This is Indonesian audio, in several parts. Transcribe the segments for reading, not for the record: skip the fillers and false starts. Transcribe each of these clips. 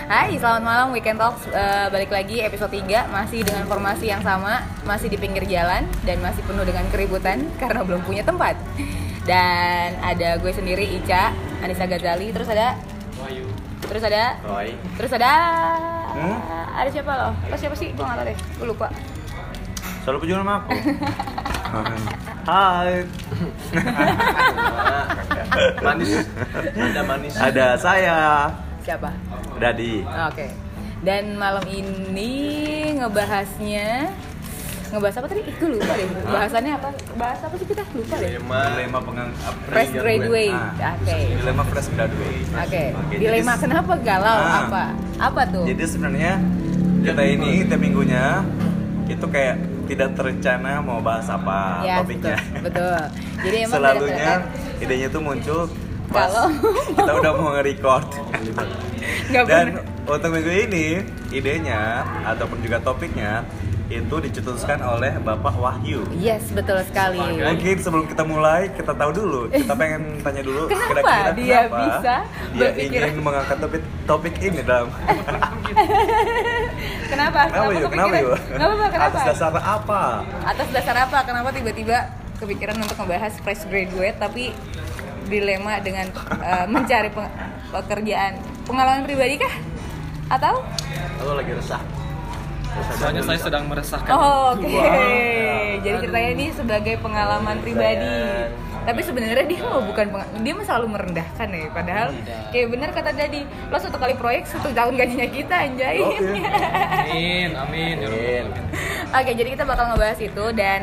Hai, selamat malam Weekend Talks. Balik lagi episode 3. Masih dengan formasi yang sama. Masih di pinggir jalan. Dan masih penuh dengan keributan karena belum punya tempat. Dan ada gue sendiri, Ica, Anissa Ghazali. Terus ada Wahyu. Terus ada Roy. Terus ada Ada siapa lo? Lo siapa sih? Gue gak tau deh, gue lupa. Selalu punya nama aku. Hai. Manis. Ada manis. Ada saya. Siapa? Dadi. Oke. Dan malam ini ngebahas apa tadi? Gue lupa deh. Bahasannya apa? Bahas apa sih kita? Lupa deh. Dilema Fresh graduate. Oke. Dilema fresh graduate. Oke. Dilema kenapa galau? Apa tuh? Jadi sebenarnya kita ini tiap minggunya itu kayak tidak terencana mau bahas apa Ya, topiknya. betul. Jadi emang Selalunya idenya tuh muncul pas kalau kita udah mau nge-record. nggak Dan bener. untuk minggu ini idenya ataupun juga topiknya itu dicetuskan oleh Bapak Wahyu. Yes, betul sekali. Mungkin sebelum kita mulai kita tahu dulu, kita pengen tanya dulu Kenapa dia bisa dia berpikir- ingin mengangkat topik ini dalam Kenapa? Kenapa yuk? Kenapa yuk? Nggak apa-apa, kenapa? Atas dasar apa? Atas dasar apa? Kenapa tiba-tiba kepikiran untuk membahas fresh graduate tapi dilema dengan mencari pekerjaan? Pengalaman pribadi kah? Atau? Lo lagi resah. Soalnya saya sedang meresahkan. Oh, oke. Wow. Jadi ceritanya ini sebagai pengalaman pribadi. Tapi sebenarnya dia bukan dia mah selalu merendahkan ya. Padahal kayak bener kata Dadi, lo 1 kali proyek 1 tahun gajinya kita, anjay. Oke. Amin. Ya Rabbal Alamin. Oke, jadi kita bakal ngebahas itu dan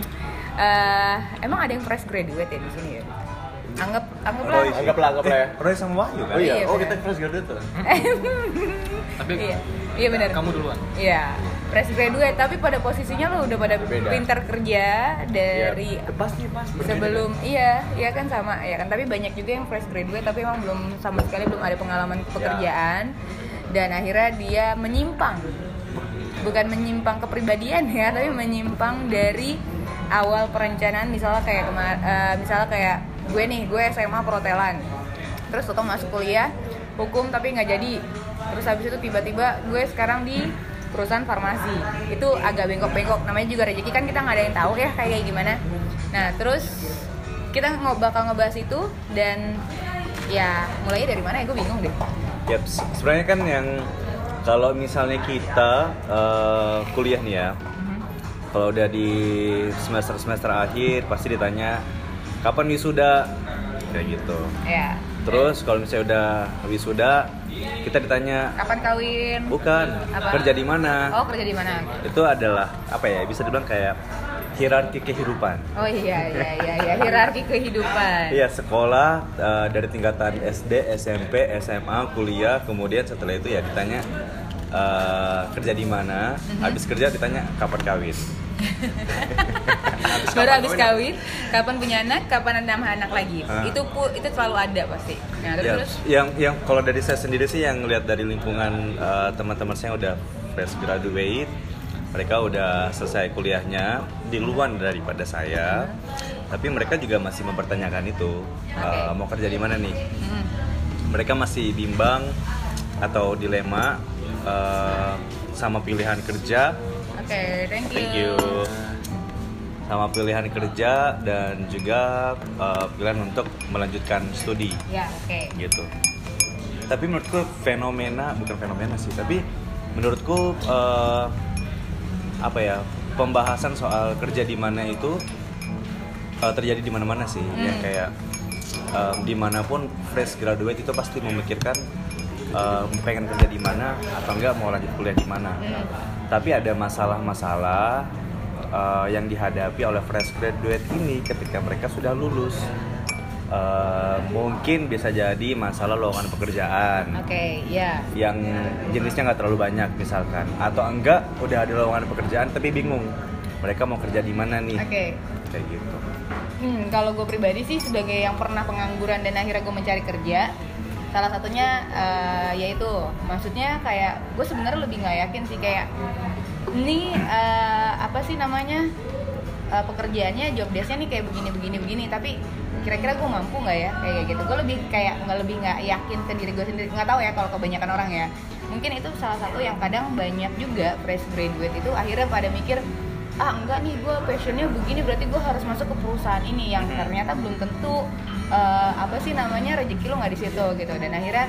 emang ada yang fresh graduate ya di sini ya? Anggaplah. Anggaplah ya. Roy sama Wahyu kan? Oh iya, Oh, benar. kita fresh graduate tuh. Tapi Iya benar. kamu duluan. Iya, fresh graduate tapi pada posisinya lo udah pada Beda. pintar kerja dari Pasti sebelum iya kan sama ya kan, tapi banyak juga yang fresh graduate tapi emang belum sama sekali belum ada pengalaman pekerjaan dan akhirnya dia bukan menyimpang kepribadian ya, tapi menyimpang dari awal perencanaan. Misalnya kayak gue SMA perhotelan, terus toto masuk kuliah hukum tapi nggak jadi, terus habis itu tiba-tiba gue sekarang di perusahaan farmasi. Itu agak bengkok-bengkok, namanya juga rezeki kan, kita nggak ada yang tahu ya kayak gimana. Nah terus kita bakal ngebahas itu dan ya mulainya dari mana ya, gue bingung deh. Yap, sebenarnya kan yang kalau misalnya kita kuliah nih ya, kalau udah di semester akhir pasti ditanya kapan wisuda, kayak gitu. Ya. Terus kalau misalnya udah wisuda kita ditanya Kapan kawin? bukan Apa? kerja di mana. Oh, kerja di mana? Itu adalah apa ya, bisa dibilang kayak hierarki kehidupan. Oh iya, hierarki kehidupan. Iya, sekolah dari tingkatan SD, SMP, SMA, kuliah, kemudian setelah itu ya ditanya kerja di mana, habis kerja ditanya kapan kawin. Baru habis kawin, kapan punya anak, kapan ada anak lagi. Itu selalu ada pasti. Nah, Ya, terus yang kalau dari saya sendiri sih yang lihat dari lingkungan teman-teman saya yang udah fresh graduate, mereka udah selesai kuliahnya di luar daripada saya, tapi mereka juga masih mempertanyakan itu mau kerja di mana nih. Mereka masih bimbang atau dilema sama pilihan kerja. Oke, thank Thank you. Sama pilihan kerja dan juga pilihan untuk melanjutkan studi. Ya, oke. Gitu. Tapi menurutku bukan fenomena sih, tapi menurutku pembahasan soal kerja di mana itu terjadi di mana-mana sih. Ya kayak dimanapun fresh graduate itu pasti memikirkan pengen kerja di mana atau enggak mau lanjut kuliah di mana. Tapi ada masalah-masalah yang dihadapi oleh fresh graduate ini ketika mereka sudah lulus. Mungkin bisa jadi masalah lowongan pekerjaan. Oke, ya. Yang jenisnya nggak terlalu banyak misalkan, atau enggak udah ada lowongan pekerjaan tapi bingung mereka mau kerja di mana nih. Oke. Kayak gitu. Kalau gue pribadi sih sebagai yang pernah pengangguran dan akhirnya gue mencari kerja, salah satunya yaitu maksudnya kayak gue sebenarnya lebih nggak yakin sih kayak ini pekerjaannya job desk-nya nih kayak begini tapi kira-kira gue mampu nggak ya kayak gitu. Gue lebih kayak nggak yakin ke diri gue sendiri. Nggak tahu ya kalau kebanyakan orang ya, mungkin itu salah satu yang kadang banyak juga fresh graduate itu akhirnya pada mikir, enggak nih, gue passionnya begini, berarti gue harus masuk ke perusahaan ini, yang ternyata belum tentu rezeki lo nggak di situ gitu. Dan akhirnya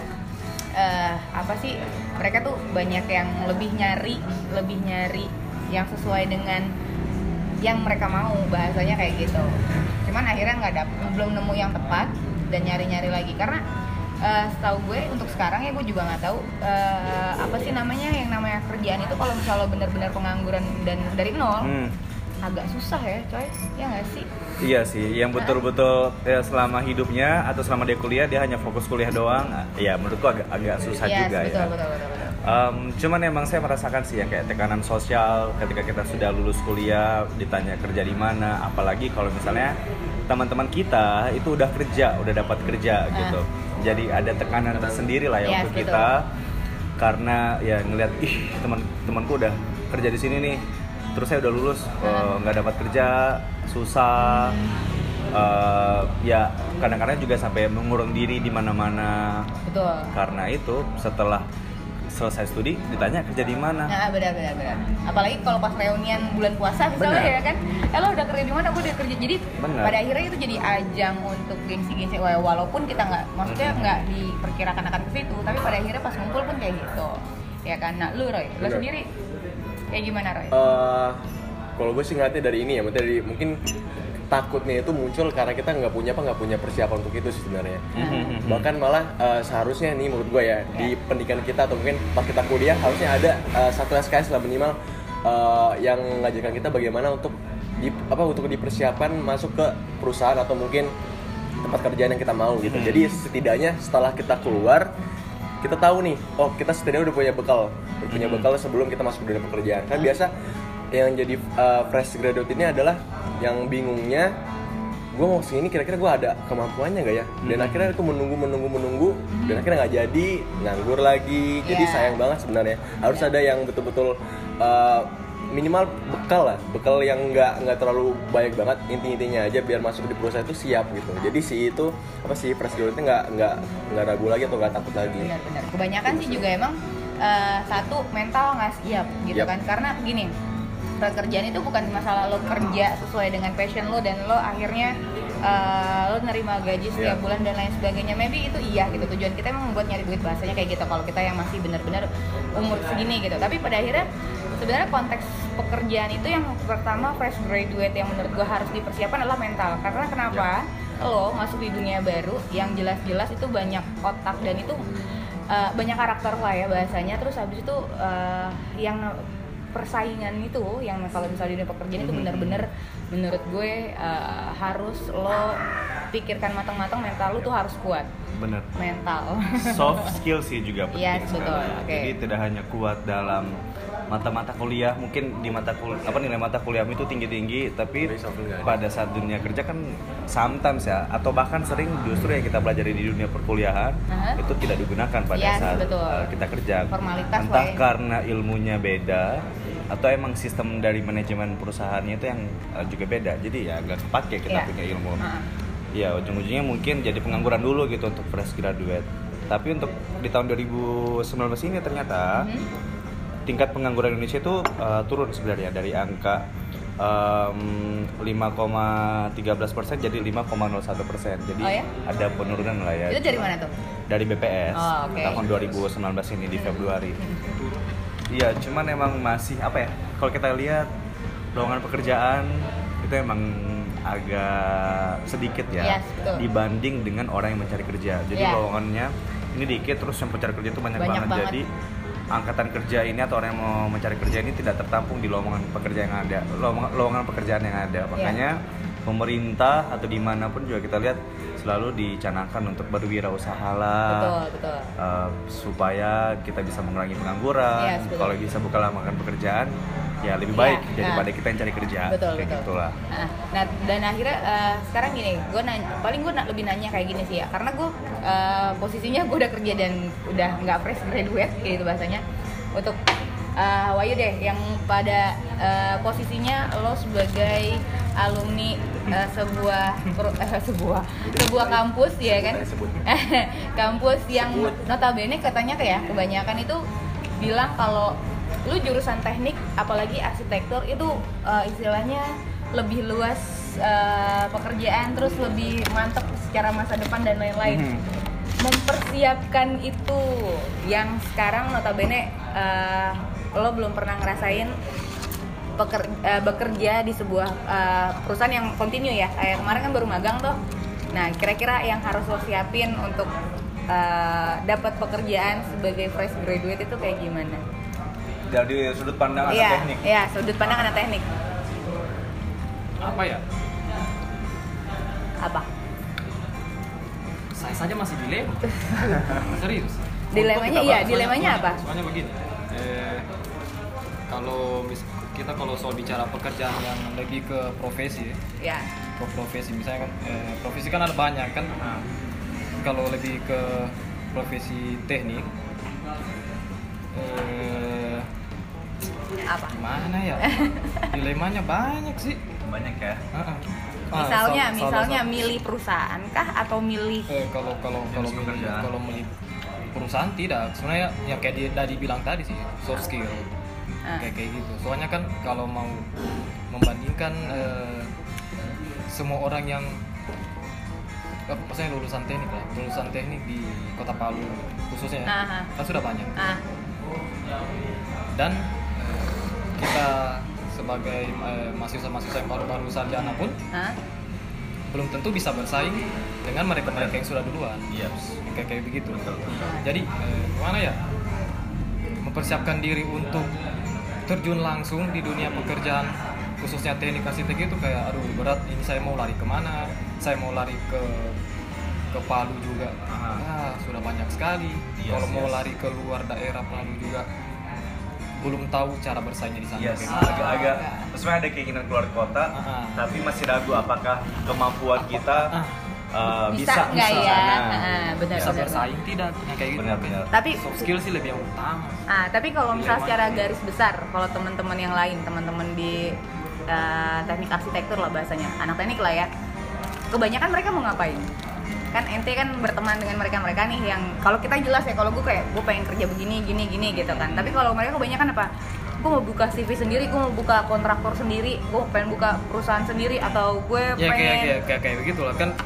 mereka tuh banyak yang lebih nyari yang sesuai dengan yang mereka mau, bahasanya kayak gitu. Cuman akhirnya belum nemu yang tepat dan nyari lagi, karena setahu gue untuk sekarang ya, gue juga nggak tahu yang namanya kerjaan itu kalau misalnya lo benar-benar pengangguran dan dari nol, agak susah ya coy, ya nggak sih? Iya sih, yang betul-betul ya, selama hidupnya atau selama dia kuliah dia hanya fokus kuliah doang, ya menurutku agak susah juga betul, ya. Betul. Cuman emang saya merasakan sih yang kayak tekanan sosial ketika kita sudah lulus kuliah, ditanya kerja di mana, apalagi kalau misalnya teman-teman kita itu udah kerja, udah dapat kerja gitu. Jadi ada tekanan tersendiri lah ya untuk kita, karena ya ngelihat teman-temanku udah kerja di sini nih, terus saya udah lulus nggak dapat kerja, susah. Ya kadang-kadang juga sampai mengurung diri di mana-mana. Betul. Karena itu setelah selesai studi ditanya kerja di mana. Nah, benar. Apalagi kalau pas reunian bulan puasa misalnya ya kan, lo udah kerja di mana? Gue udah kerja. Jadi pada akhirnya itu jadi ajang untuk gengsi-gengsi, walaupun kita nggak diperkirakan akan ke situ, tapi pada akhirnya pas ngumpul pun kayak gitu, ya kan. Nah, lo Roy, lo sendiri kayak gimana Roy? Kalau gue sih ngeliatnya dari ini ya, mungkin takutnya itu muncul karena kita nggak punya persiapan untuk itu sih sebenarnya. Bahkan malah seharusnya nih menurut gue ya, di pendidikan kita atau mungkin pas kita kuliah harusnya ada satu SKS lah minimal yang mengajarkan kita bagaimana untuk dipersiapkan masuk ke perusahaan atau mungkin tempat kerjaan yang kita mau gitu. Jadi setidaknya setelah kita keluar, kita tahu nih, kita setidaknya udah punya bekal sebelum kita masuk ke dunia pekerjaan. Kan biasa yang jadi fresh graduate ini adalah yang bingungnya, gue mau kesini kira-kira gue ada kemampuannya gak ya? Dan akhirnya itu menunggu dan akhirnya nggak jadi, nganggur lagi. Jadi sayang banget sebenarnya. Harus ada yang betul-betul minimal bekal yang nggak terlalu banyak banget, intinya aja biar masuk di perusahaan itu siap gitu. Jadi si fresh graduate-nya nggak ragu lagi atau nggak takut lagi. Benar. Kebanyakan sih juga emang satu mental nggak siap gitu kan, karena gini, pekerjaan itu bukan masalah lo kerja sesuai dengan passion lo dan lo akhirnya lo nerima gaji setiap bulan dan lain sebagainya. Maybe itu iya gitu, tujuan kita emang membuat nyari duit, bahasanya kayak gitu kalau kita yang masih benar-benar umur segini gitu. Tapi pada akhirnya sebenarnya konteks pekerjaan itu yang pertama fresh graduate yang menurut gue harus dipersiapkan adalah mental. Karena kenapa? Lo masuk di dunia baru yang jelas-jelas itu banyak otak dan itu banyak karakter lah ya bahasanya. Terus habis itu yang persaingan itu yang kalau misalnya di dunia pekerjaan itu benar-benar menurut gue harus lo pikirkan matang-matang, mental lo tuh harus kuat. Bener. Mental. Soft skill sih juga penting. Yes, betul. Okay. Jadi tidak hanya kuat dalam mata-mata kuliah, mungkin di nilai mata kuliah itu tinggi-tinggi, tapi pada saat dunia kerja kan sometimes ya, atau bahkan sering justru yang kita pelajari di dunia perkuliahan itu tidak digunakan pada saat kita kerja. Formalitas entah karena ilmunya beda atau emang sistem dari manajemen perusahaannya itu yang juga beda, jadi ya nggak kepake kita punya ilmu. Ya ujung-ujungnya mungkin jadi pengangguran dulu gitu untuk fresh graduate. Tapi untuk di tahun 2019 ini ternyata tingkat pengangguran Indonesia itu turun sebenarnya dari angka 5,13% jadi 5,01%. Jadi ada penurunan lah ya. Itu dari mana tuh? Dari BPS tahun 2019 ini di Februari. Iya, cuman emang masih kalau kita lihat lowongan pekerjaan itu emang agak sedikit ya, dibanding dengan orang yang mencari kerja. Jadi lowongannya ini dikit, terus yang mencari kerja itu banyak banget. Jadi angkatan kerja ini atau orang yang mau mencari kerja ini tidak tertampung di lowongan pekerjaan yang ada, lowongan pekerjaan yang ada. Makanya pemerintah atau dimanapun juga kita lihat selalu dicanangkan untuk berwirausaha lah, supaya kita bisa mengurangi pengangguran. Kalau bisa buka lapangan pekerjaan, ya lebih baik daripada kita yang cari kerja. Kayak gitulah. Nah, dan akhirnya sekarang gini, gue lebih nanya kayak gini sih ya, karena gue posisinya gue udah kerja dan udah nggak fresh graduate gitu bahasanya. Untuk Wahyu deh, yang pada posisinya lo sebagai alumni sebuah kampus ya kan. Kampus yang notabene katanya kayak kebanyakan itu bilang kalau lu jurusan teknik apalagi arsitektur itu istilahnya lebih luas pekerjaan, terus lebih mantep secara masa depan dan lain-lain. Mempersiapkan itu yang sekarang notabene lo belum pernah ngerasain bekerja di sebuah perusahaan yang kontinu ya, kayak kemarin kan baru magang tuh. Nah kira-kira yang harus lo siapin untuk dapat pekerjaan sebagai fresh graduate itu kayak gimana? Dari sudut pandang anak teknik. Iya, sudut pandang anak teknik. Apa ya? Apa? Saya saja masih dilema. Serius. Dilemanya apa? Soalnya begini. Kalau kalau soal bicara pekerjaan yang lebih ke profesi ya. Ke profesi misalnya kan profesi kan ada banyak kan. Kalau lebih ke profesi teknik apa? Gimana ya? Dilemanya banyak sih. Banyak ya. Misalnya milih perusahaan kah atau milih kalau milih perusahaan tidak. Sebenarnya yang kayak tadi bilang tadi sih soft skill. Kayak gitu. Soalnya kan kalau mau membandingkan semua orang yang maksudnya lulusan teknik di Kota Palu khususnya kan sudah banyak. Dan kita sebagai mahasiswa yang baru sarjana pun belum tentu bisa bersaing dengan mereka yang sudah duluan. Kayak begitu. Jadi gimana ya, mempersiapkan diri untuk terjun langsung di dunia pekerjaan khususnya teknik arsitek itu kayak aduh berat. Ini saya mau lari kemana, saya mau lari ke Palu juga sudah banyak sekali. Kalau mau lari ke luar daerah Palu juga belum tahu cara bersaingnya di sana. Agak sebenarnya ada keinginan keluar kota, tapi masih ragu apakah kemampuan kita bisa nggak ya? Benar. Bisa bersaing tidak? Kayak gitu. Benar. Tapi soft skill sih lebih yang utama. Tapi kalau misal secara garis besar, kalau teman-teman yang lain, teman-teman di teknik arsitektur lah bahasanya, anak teknik lah ya, kebanyakan mereka mau ngapain? Kan ente kan berteman dengan mereka nih yang kalau kita jelas ya, kalau gue pengen kerja begini gini gitu kan, tapi kalau mereka kebanyakan apa, gue mau buka CV sendiri, gue mau buka kontraktor sendiri, gue pengen buka perusahaan sendiri, atau gue pengen kayak begitu lah kan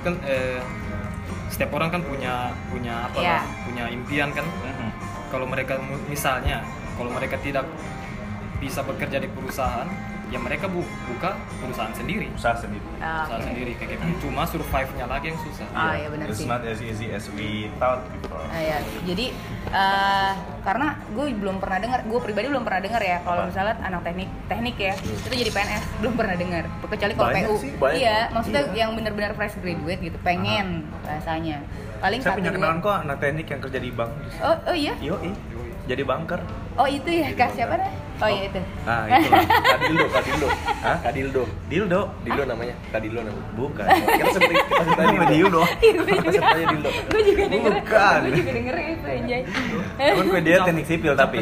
setiap orang kan punya apa lah, punya impian kan. Kalau mereka misalnya kalau mereka tidak bisa bekerja di perusahaan, ya mereka buka perusahaan sendiri. Usaha sendiri kayak gitu. Cuma survive-nya lagi yang susah. Iya benar sih. It's not as easy as we thought before. Ya. Jadi karena gue pribadi belum pernah dengar ya kalau misalnya anak teknik ya itu jadi PNS, belum pernah dengar. Kecuali kalau PU. Iya, maksudnya yang benar-benar fresh graduate gitu, pengen bahasanya. Paling saya punya kenalan kok anak teknik yang kerja di bank. Oh iya? Yoi. Jadi banker. Oh itu ya, Kak siapa nih? Oh iya itu. Nah itu lah. Kadildo. Dildo namanya. Kadildo namanya. Bukan. Kita sebutnya Dildo. Sebutnya Dildo. Gue juga denger. Bukan. Gue juga denger itu anjay. Kan dia teknik sipil tapi.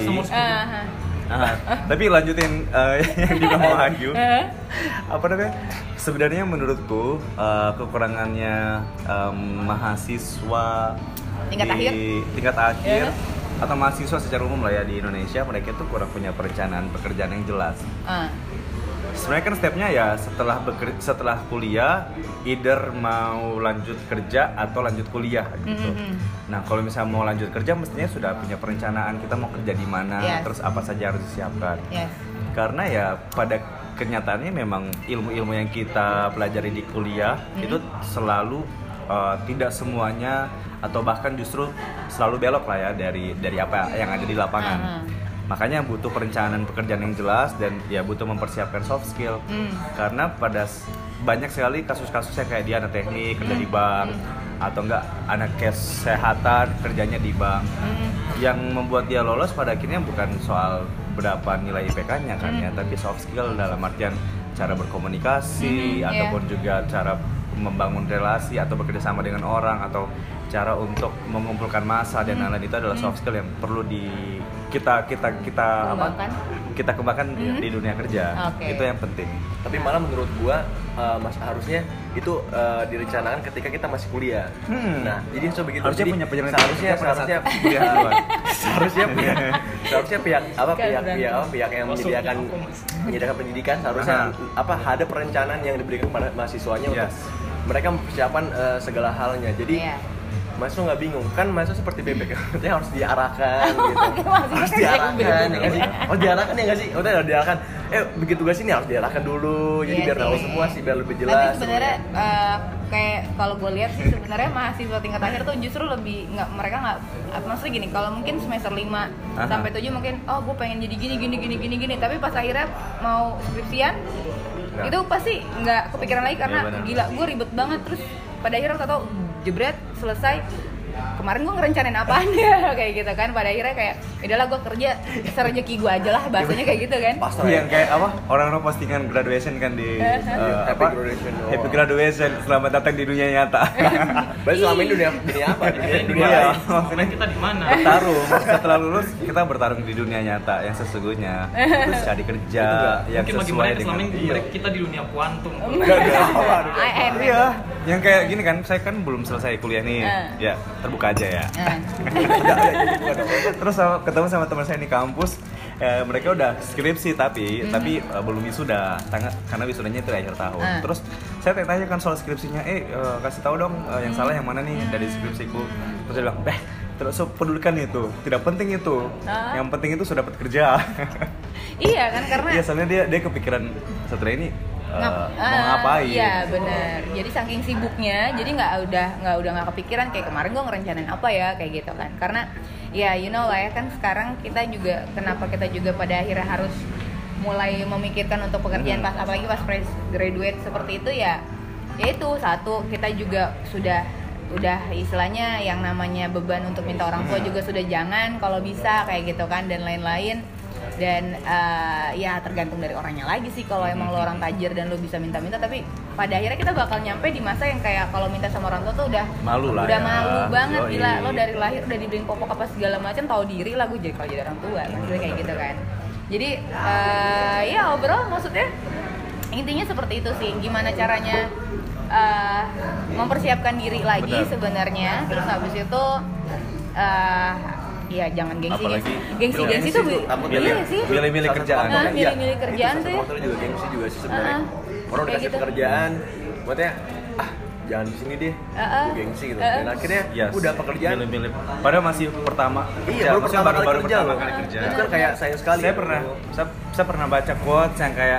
Tapi lanjutin yang juga mau Ayu. Apa namanya? Sebenarnya menurutku kekurangannya mahasiswa tingkat akhir atau mahasiswa secara umum lah ya di Indonesia, mereka tuh kurang punya perencanaan pekerjaan yang jelas. Sebenarnya kan stepnya ya setelah kuliah, either mau lanjut kerja atau lanjut kuliah gitu. Nah kalau misalnya mau lanjut kerja, mestinya sudah punya perencanaan kita mau kerja di mana, terus apa saja harus disiapkan. Karena ya pada kenyataannya memang ilmu-ilmu yang kita pelajari di kuliah itu selalu tidak semuanya atau bahkan justru selalu belok lah ya dari apa yang ada di lapangan. Makanya butuh perencanaan pekerjaan yang jelas dan ya butuh mempersiapkan soft skill. Karena pada banyak sekali kasus-kasus yang kayak dia anak teknik kerja di bank atau enggak anak kesehatan kerjanya di bank. Yang membuat dia lolos pada akhirnya bukan soal berapa nilai IPK-nya kan ya, tapi soft skill dalam artian cara berkomunikasi ataupun juga cara membangun relasi atau bekerja sama dengan orang atau cara untuk mengumpulkan massa dan lain-lain. Itu adalah soft skill yang perlu kita Kembangkan. kita kembangkan di dunia kerja. Itu yang penting. Tapi malah menurut gua harusnya itu direncanakan ketika kita masih kuliah. Nah, jadi coba begitu. Harusnya jadi, punya penyelenggara seharusnya kuliah duluan. seharusnya pihak yang menyediakan pendidikan seharusnya ada perencanaan yang diberikan kepada mahasiswanya untuk mereka mempersiapkan segala halnya. Jadi mahasiswa nggak bingung kan, mahasiswa seperti bebek artinya harus diarahkan gitu. Harus diarahkan ya nggak sih? Harus diarahkan ya nggak sih? Udah harus diarahkan. Bikin tugas ini harus diarahkan dulu. Jadi biar tahu semua sih, biar lebih jelas. Tapi sebenarnya kayak kalau gue lihat sih sebenarnya mahasiswa tingkat akhir tuh justru lebih mereka nggak maksudnya gini, kalau mungkin semester 5 sampai 7 mungkin gue pengen jadi gini, tapi pas akhirnya mau skripsian itu pasti nggak kepikiran lagi karena gila gue ribet banget, terus pada akhirnya tau jebret selesai, kemarin gue ngerencanain apaan ya kayak gitu kan, pada akhirnya kayak udahlah gue kerja serejeki gue aja lah, bahasanya kayak gitu kan. Yang kayak orang-orang postingan graduation kan di happy graduation, selamat datang di dunia nyata. Berarti selama ini dunia apa? Dunia maksudnya kita di mana? Bertarung. Setelah lulus kita bertarung di dunia nyata yang sesungguhnya. Terus cari kerja yang sesuai dengan kita di dunia kuantum. Iya. Yang kayak gini kan, saya kan belum selesai kuliah nih. Ya, terbuka aja ya. Terus ketemu sama teman saya di kampus, mereka udah skripsi tapi belum wisuda karena wisudanya itu akhir tahun. Terus saya tanya kan soal skripsinya, kasih tahu dong yang salah yang mana nih dari skripsiku. Terus dia bilang, terus pedulikan itu, tidak penting itu. Yang penting itu sudah dapat kerja. Iya kan, karena iya, soalnya dia kepikiran setelah ini mau ngapain. Iya benar. Jadi saking sibuknya, jadi nggak kepikiran kayak kemarin gue ngerencanain apa ya kayak gitu kan. Karena ya you know lah ya kan, sekarang kenapa kita juga pada akhirnya harus mulai memikirkan untuk pekerjaan apalagi pas fresh graduate seperti itu ya itu satu, kita juga udah istilahnya yang namanya beban untuk minta orang tua juga sudah jangan kalau bisa kayak gitu kan, dan lain-lain. Dan ya tergantung dari orangnya lagi sih, kalau emang lo orang tajir dan lo bisa minta-minta, tapi pada akhirnya kita bakal nyampe di masa yang kayak kalau minta sama orang tua tuh udah malu banget. Gila, lo dari lahir udah dibeliin popok apa segala macam, tahu diri lah gue jadi kalau jadi orang tua maksudnya kayak gitu kan. Jadi ya overall maksudnya intinya seperti itu sih, gimana caranya mempersiapkan diri lagi sebenarnya. Terus habis itu ya jangan gengsi tuh milih kerjaan. Milih kerjaan tuh ya. Motor juga gengsi juga sih sebenarnya. Orang dikasih pekerjaan, maksudnya jangan di sini deh, gengsi gitu. Dan akhirnya udah pekerjaan. Milih. Padahal masih pertama. Iya, baru pertama kali kerja. Itu kan kayak sayang sekali. Saya pernah baca quotes yang kayak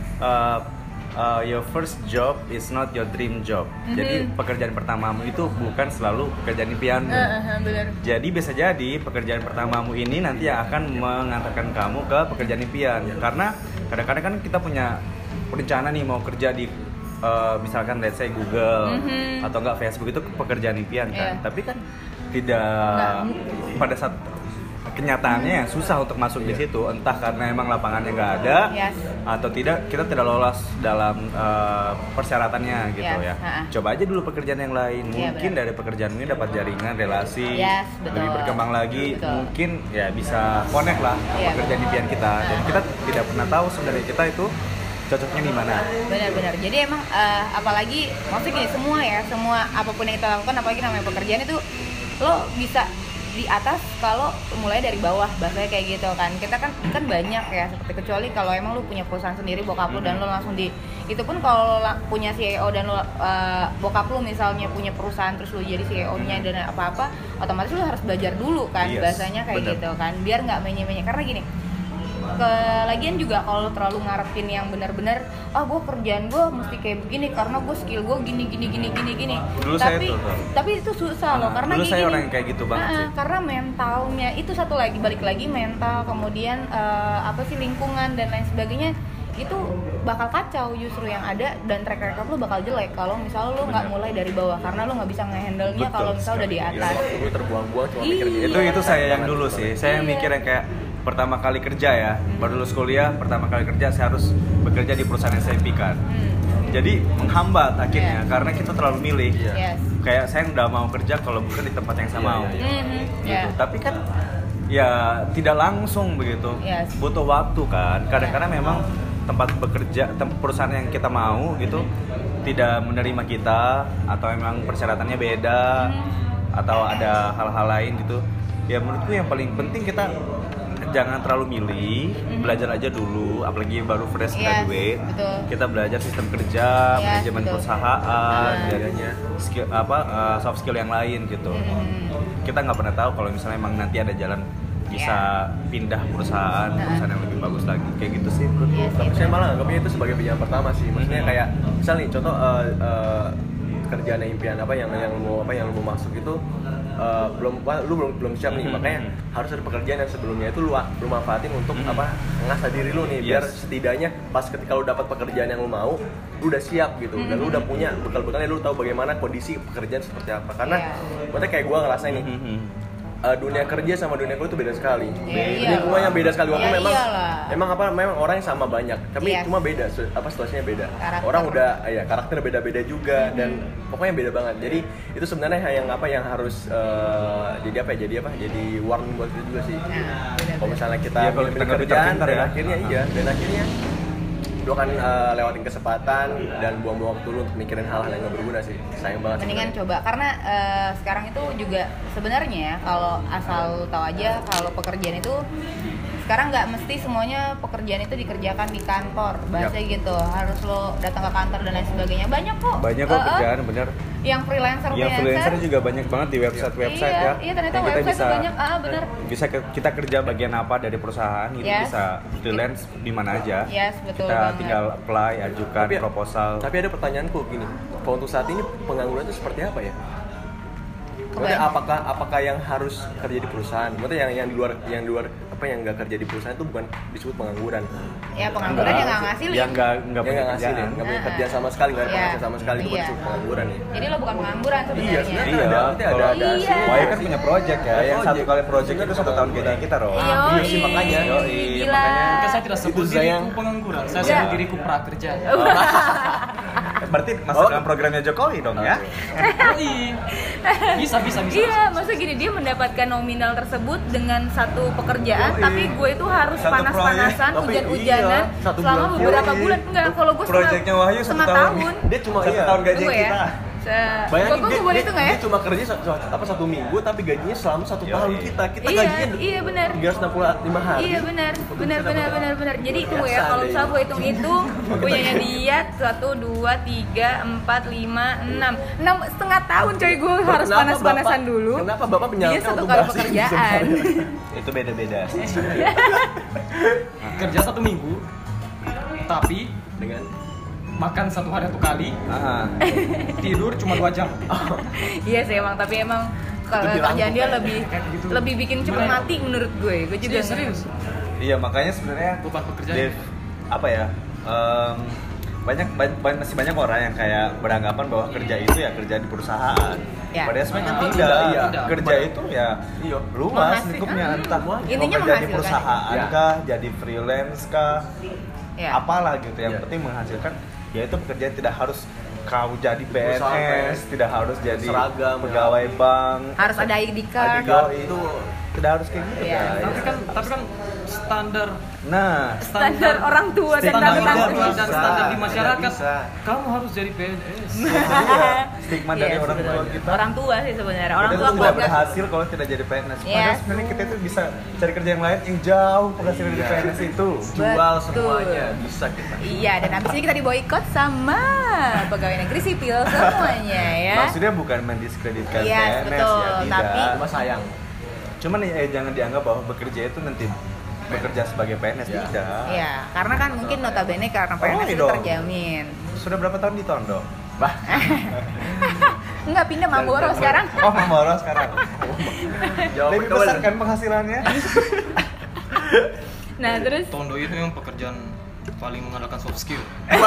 your first job is not your dream job. Jadi pekerjaan pertamamu itu bukan selalu pekerjaan impianmu. Jadi bisa jadi pekerjaan pertamamu ini nanti yang akan mengantarkan kamu ke pekerjaan impian. Karena kadang-kadang kan kita punya rencana nih mau kerja di misalkan let's say Google atau enggak Facebook, itu pekerjaan impian kan. Tapi kan tidak pada saat kenyataannya susah untuk masuk di situ, entah karena emang lapangannya nggak ada atau kita tidak lolos dalam persyaratannya gitu ya. Coba aja dulu pekerjaan yang lain, mungkin dari pekerjaan ini dapat jaringan relasi, lebih berkembang lagi, mungkin ya bisa connect lah pekerjaan impian kita. Dan kita tidak pernah tahu sebenarnya kita itu cocoknya di mana. Benar-benar. Jadi emang apalagi maksudnya gini, semua apapun yang kita lakukan, apalagi namanya pekerjaan itu lo bisa di atas kalau mulai dari bawah, bahasanya kayak gitu kan. Kita kan banyak ya, seperti kecuali kalau emang lu punya perusahaan sendiri bokap lu dan lu langsung itu pun kalau punya CEO dan lu bokap lu misalnya punya perusahaan terus lu jadi CEO-nya dan apa-apa, otomatis lu harus belajar dulu kan, bahasanya kayak gitu kan, biar nggak menye-menye. Karena gini, lagian juga kalau terlalu ngarepin yang benar-benar gue kerjaan gue mesti kayak begini karena gue skill gue gini. Dulu tapi itu susah loh, karena dulu saya orang yang kayak gitu banget sih. Karena mentalnya itu satu lagi, balik lagi mental, kemudian lingkungan dan lain sebagainya itu bakal kacau justru yang ada, dan track record lu bakal jelek kalau misalnya lu nggak mulai dari bawah, karena lu nggak bisa ngehandle-nya kalau misalnya udah di atas. Lu terbuang-buang cuma mikir gitu. Itu saya yang dulu sih. Saya mikir yang kayak pertama kali kerja ya, baru lulus kuliah, pertama kali kerja saya harus bekerja di perusahaan yang saya impikan. Jadi menghambat akhirnya karena kita terlalu milih. Kayak saya udah mau kerja kalau bukan di tempat yang saya mau. Gitu. Tapi kan ya tidak langsung begitu. Yes. Butuh waktu kan. Kadang-kadang memang tempat bekerja, perusahaan yang kita mau gitu tidak menerima kita, atau memang persyaratannya beda, atau ada hal-hal lain gitu. Ya menurutku yang paling penting kita jangan terlalu milih, belajar aja dulu, apalagi baru fresh graduate. Betul. Kita belajar sistem kerja, manajemen betul. perusahaan, dan skill soft skill yang lain gitu. Kita nggak pernah tahu kalau misalnya emang nanti ada jalan bisa pindah perusahaan yang lebih bagus lagi, kayak gitu sih. Tapi saya malah anggapnya itu sebagai pilihan pertama sih. Maksudnya kayak misal nih contoh kerjaan impian apa yang lu mau masuk itu belum siap nih, makanya harus ada pekerjaan yang sebelumnya itu lu manfaatin untuk ngasah diri lu nih, biar setidaknya pas ketika lu dapat pekerjaan yang lu mau, lu udah siap gitu, dan lu udah punya bekal-bekalnya, lu tahu bagaimana kondisi pekerjaan seperti apa. Karena maksudnya kayak gua ngerasain nih, dunia kerja sama dunia kuliah itu beda sekali. Lingkungannya beda sekali. Walaupun memang orang yang sama banyak, tapi cuma beda situasinya beda. Orang udah karakter beda-beda juga, dan pokoknya beda banget. Jadi itu sebenarnya yang harus jadi warning buat kita juga sih. Kalau misalnya kita pilih kerjaan dan akhirnya lu akan lewatin kesempatan dan buang-buang waktu lu untuk mikirin hal-hal yang gak berguna sih. Sayang banget. Mendingan coba, karena sekarang itu juga sebenarnya kalau asal tahu aja kalau pekerjaan itu sekarang nggak mesti semuanya pekerjaan itu dikerjakan di kantor, bahasa gitu. Harus lo datang ke kantor dan lain sebagainya. Banyak kok kerjaan, bener. Yang freelancer juga banyak banget di website ya. Iya, ternyata yang kita website bisa, banyak. Bener. Bisa kita kerja bagian apa dari perusahaan, itu bisa freelance di mana aja. Betul kita banget. tinggal apply, ajukan proposal. Tapi ada pertanyaanku gini, kalau untuk saat ini pengangguran itu seperti apa ya? Maksudnya apakah yang harus kerja di perusahaan? Maksudnya yang di luar yang nggak kerja di perusahaan itu bukan disebut pengangguran? Ya pengangguran yang nggak ngasilin. Yang nggak punya ngasilin, nggak punya kerja sama sekali, nggak ada penghasilan sama sekali, itu disebut pengangguran ya. Jadi lo bukan pengangguran sebenarnya. Ada. Wahyu kan punya project ya, yang satu kali project itu 1 tahun gaji kita loh. Iya sih makanya. Makanya saya tidak sebut diriku pengangguran, saya sebut diriku prakerja. Berarti masuk dalam programnya Jokowi dong ya? Bisa. Iya, maksudnya gini, dia mendapatkan nominal tersebut dengan satu pekerjaan, tapi gue itu harus panas-panasan, hujan-hujanan selama beberapa bulan. Enggak, kalau gue proyeknya Wahyu 1 tahun. Dia cuma 1 tahun gaji kita. Bayangin gue boleh itu nggak ya? Dia cuma kerja 1 minggu tapi gajinya selama 1 tahun kita gajinya benar. 365 hari. Iya benar. Jadi tunggu ya, kalau misalnya gue hitung punyanya dia 1, 2, 3, 4, 5, 6 setengah tahun coy, gue harus panas-panasan dulu. Kenapa Bapak menyalahkan dia 1 untuk kali bahas ini pekerjaan? Itu beda-beda. Kerja 1 minggu tapi dengan makan 1 hari 1 kali, tidur cuma 2 jam. Iya sih emang, tapi emang kerjaan dia lebih bikin cepet mati menurut gue. Gue juga serius. Iya, makanya sebenarnya beban pekerjaan. Masih banyak orang yang kayak beranggapan bahwa kerja itu ya kerja di perusahaan. Padahal sebenarnya tidak. Kerja itu ya luas lingkupnya, entah mau kerja di perusahaan kah, jadi freelance kah, apalah gitu. Yang penting menghasilkan. Ya itu pekerjaan, tidak harus kau jadi PNS, tidak harus jadi seragam, pegawai bank, harus ada ID card. Itu tidak harus kayak gitu Tapi kan standar orang tua dan standar di masyarakat, kamu harus jadi PNS. Stigma dari orang tua kita. Orang tua sih sebenarnya. Orang tua tidak berhasil kalau tidak jadi PNS. Padahal sebenarnya kita itu bisa cari kerja yang lain yang jauh penghasilan dari PNS itu. Jual semuanya bisa kita. Iya, dan abis ini kita diboikot sama pegawai negeri sipil semuanya ya. Maksudnya bukan mendiskreditkan PNS betul, ya, tidak. tapi cuma sayang. Cuman jangan dianggap bahwa bekerja itu nanti bekerja sebagai PNS, tidak. Iya, karena kan mungkin notabene karena PNS itu terjamin. Sudah berapa tahun di Tondo? Enggak, pindah Marlboro sekarang. Oh, Marlboro sekarang. Lebih besar kan penghasilannya? Nah, terus Tondo itu yang pekerjaan paling mengandalkan soft skill.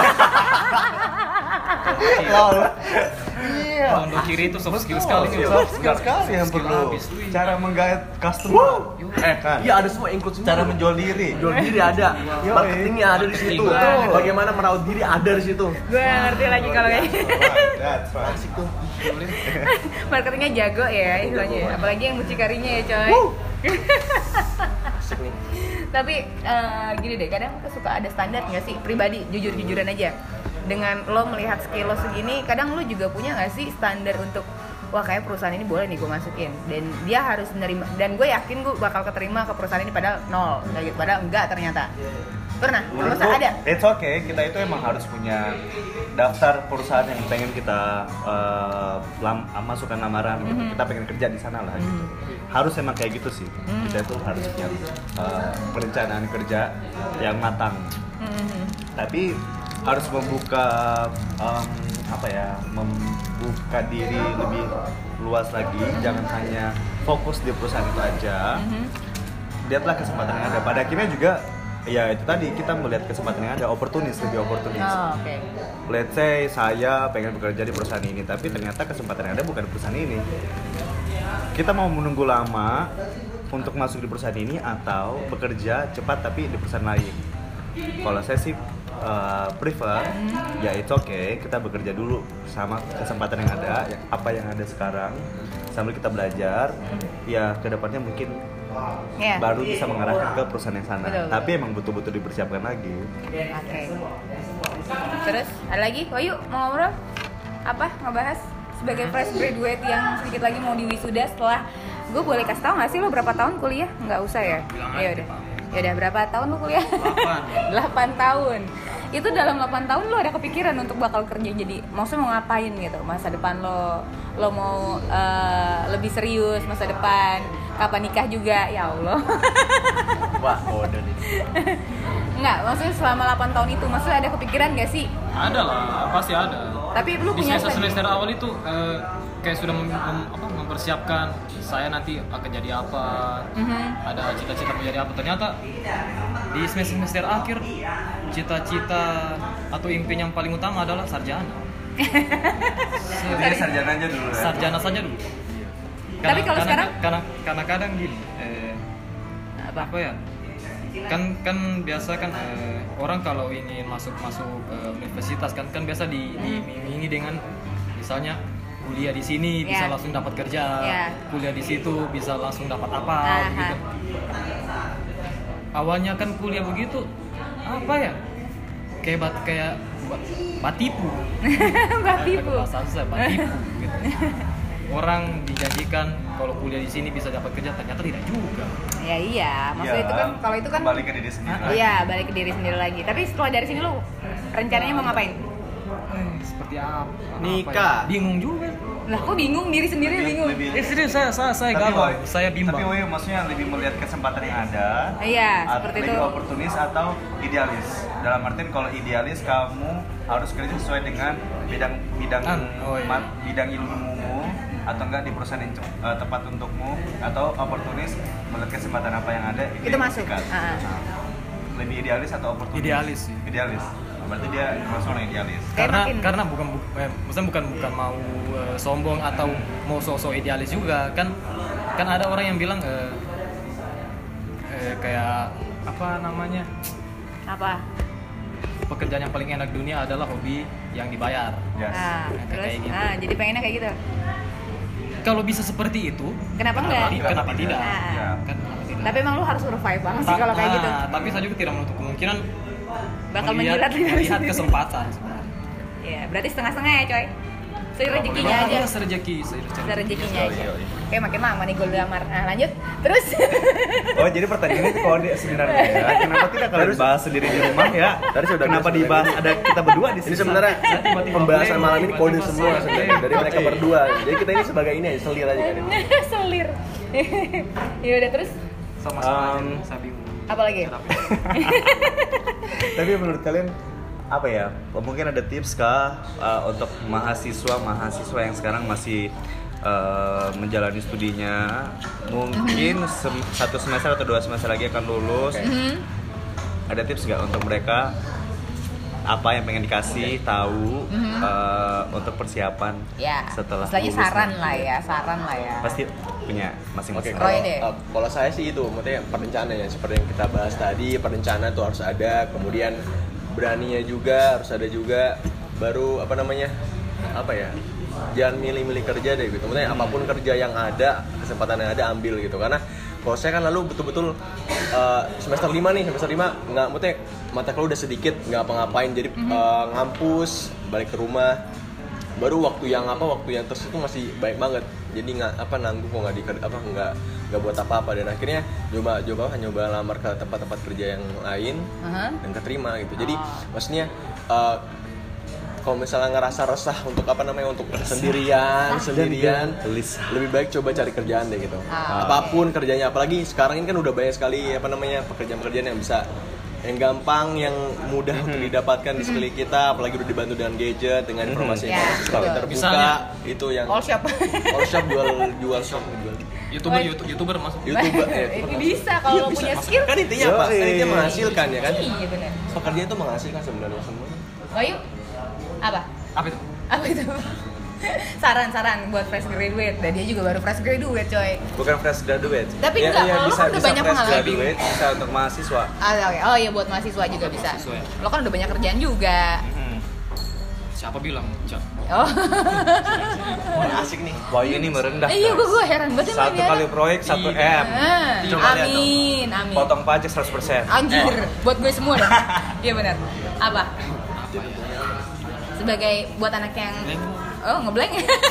Tondo kiri itu soft skill sekali. Soft skill sekali yang perlu. Cara menggait customer. Kan? Iya, ada semua include semua. Cara menjual diri. Jual diri ada. Marketingnya ada di situ. Bagaimana merawat diri ada di situ. Gue ngerti lagi kalau kayak asik tuh. marketingnya jago ya istilahnya. Apalagi yang mucikarinya ya coy. Asik nih. Tapi gini deh, kadang suka ada standar nggak sih pribadi, jujur-jujuran aja. Dengan lo melihat skill lo segini, kadang lo juga punya nggak sih standar untuk wah kayak perusahaan ini boleh nih gue masukin, dan dia harus menerima, dan gue yakin gue bakal keterima ke perusahaan ini padahal nol, gitu. Padahal enggak ternyata. Pernah? Masa ada? It's okay, kita itu emang harus punya daftar perusahaan yang pengen kita masukkan lamaran, kita pengen kerja di sana lah gitu. Harus emang kayak gitu sih. Kita itu harus punya perencanaan kerja yang matang. Tapi harus membuka membuka diri lebih luas lagi, jangan hanya fokus di perusahaan itu aja. Lihatlah kesempatan yang ada. Pada akhirnya juga ya itu tadi, kita melihat kesempatan yang ada, lebih opportunis. Okay. Let's say saya pengen bekerja di perusahaan ini, tapi ternyata kesempatan yang ada bukan perusahaan ini. Kita mau menunggu lama untuk masuk di perusahaan ini atau bekerja cepat tapi di perusahaan lain? Kalau saya sih prefer ya it's okay, kita bekerja dulu sama kesempatan yang ada, apa yang ada sekarang, sambil kita belajar, ya kedepannya mungkin baru bisa mengarahkan ke perusahaan yang sana. Betul. Tapi emang betul-betul dipersiapkan lagi. Oke. Terus ada lagi? Wayu mau ngobrol? Apa? Ngebahas sebagai fresh graduate yang sedikit lagi mau di wisuda setelah, gue boleh kasih tau nggak sih lo berapa tahun kuliah? Nggak usah ya? Ya udah berapa tahun lo kuliah? 8 tahun. Itu dalam 8 tahun lo ada kepikiran untuk bakal kerja jadi, maksudnya mau ngapain gitu masa depan lo mau lebih serius masa depan, kapan nikah juga, ya Allah. Wah, udah nih. Enggak, maksudnya selama 8 tahun itu maksudnya ada kepikiran gak sih? Ada lah, pasti ada. Tapi lu di punya semester awal itu kayak sudah mempersiapkan saya nanti akan jadi apa, ada cita-cita menjadi apa. Ternyata di semester akhir cita-cita atau impian yang paling utama adalah sarjana. Jadi sarjana aja dulu ya? Sarjana saja dulu. Tapi kalau sekarang? Karena kadang gini, apa ya? Kan biasa kan orang kalau ingin masuk universitas kan biasa diiming-imingi dengan misalnya kuliah di sini bisa langsung dapat kerja, kuliah di situ bisa langsung dapat apa gitu. Awalnya kan kuliah begitu apa ya? Kayak batipu. Batipu. Bahasa susah, batipu gitu. Orang dijanjikan kalau kuliah di sini bisa dapat kerja, ternyata tidak juga. Ya iya, maksudnya itu kan kalau itu kan balik ke diri sendiri. Iya, balik ke diri sendiri lagi. Tapi setelah dari sini lu rencananya mau ngapain? Seperti apa? Nikah. Ya? Bingung juga. Lah kok bingung, diri sendiri bingung? Serius saya galau, saya bimbang. Tapi Woy, maksudnya lebih melihat kesempatan yang ada. Iya, seperti itu. Lebih oportunis atau idealis. Dalam artian kalau idealis kamu harus kerja sesuai dengan bidang ilmumu, atau enggak di perusahaan yang tepat untukmu, atau oportunis melihat kesempatan apa yang ada itu masuk. Lebih idealis atau oportunis? Idealis sih. Idealis. Berarti dia termasuk orang idealis. Karena bukan mau sombong atau mau sosok idealis juga kan ada orang yang bilang kayak apa namanya? Apa? Pekerjaan yang paling enak dunia adalah hobi yang dibayar. Yes. Terus kayak gitu. jadi pengennya kayak gitu. Kalau bisa seperti itu, kenapa enggak? Kenapa tidak? Kan, tapi emang lu harus survive banget sih kalau kayak gitu. Tapi saya juga tidak menutup kemungkinan bakal melihat kesempatan. Iya, berarti setengah-setengah ya, coy. Serezekinya aja. Serezekinya aja. Oke, makin lama nih gue lamar. Nah, lanjut. Terus. Oh, jadi pertanyaannya itu kode sebenarnya ya. Kenapa tidak kalian bahas sendiri di rumah ya? Tadi sudah kenapa dibahas ada kita berdua di sini? Ini sebenarnya pembahasan malam ini kode semua sebenarnya dari mereka berdua. Jadi kita ini sebagai ini aja, selir aja kan. Selir. Ya udah, terus Sama-sama saya bingung. apa lagi? Tapi menurut kalian apa ya? Mungkin ada tips kah untuk mahasiswa yang sekarang masih menjalani studinya, mungkin 1 semester atau 2 semester lagi akan lulus. Ada tips nggak untuk mereka apa yang pengen dikasih tahu untuk persiapan setelah lulus? Saran lah ya. Pasti punya masing-masing. Kalau saya sih itu, maksudnya perencanaan ya, seperti yang kita bahas tadi, perencanaan tuh harus ada, kemudian beraninya juga harus ada juga, baru jangan milih-milih kerja deh gitu. Maksudnya apapun kerja yang ada, kesempatan yang ada ambil gitu, karena Kalau saya kan lalu betul-betul semester 5 nggak, maksudnya mata kuliah udah sedikit, nggak apa-ngapain, jadi ngampus, balik ke rumah, baru waktu yang terus itu masih baik banget, jadi nanggung kok nggak buat apa-apa, dan akhirnya nyoba lamar ke tempat-tempat kerja yang lain dan keterima gitu. Jadi maksudnya kalau misalnya ngerasa resah untuk untuk sendirian, lebih baik coba cari kerjaan deh gitu. Apapun kerjanya, apalagi sekarang ini kan udah banyak sekali pekerjaan-pekerjaan yang gampang, yang mudah untuk didapatkan di sekeliling kita, apalagi udah dibantu dengan gadget, dengan informasi semakin terbuka. Itu yang all shop jual shop. YouTuber masuk. YouTuber itu bisa kalau punya skill. Kan intinya apa? Kan intinya menghasilkan ya kan? Iya benar. Pekerjaan itu menghasilkan sebenarnya semua. Bayu, apa itu? Saran buat fresh graduate. Dan dia juga baru fresh graduate, coy. Bukan fresh graduate. Tapi enggak, kalau bisa, kan udah banyak fresh pengalaman. Graduate, bisa untuk mahasiswa. Oke. Oh iya, buat mahasiswa juga bisa. Lo kan udah banyak kerjaan juga. Siapa bilang? Oh. Asik nih. Wah, ini merendah. Iya, gue heran banget. Satu kali proyek 1 M. Coba lihat dong. Amin. Potong pajak 100%. Anjir, buat gue semua dong. Iya benar. Apa? Sebagai buat anak yang ngeblank.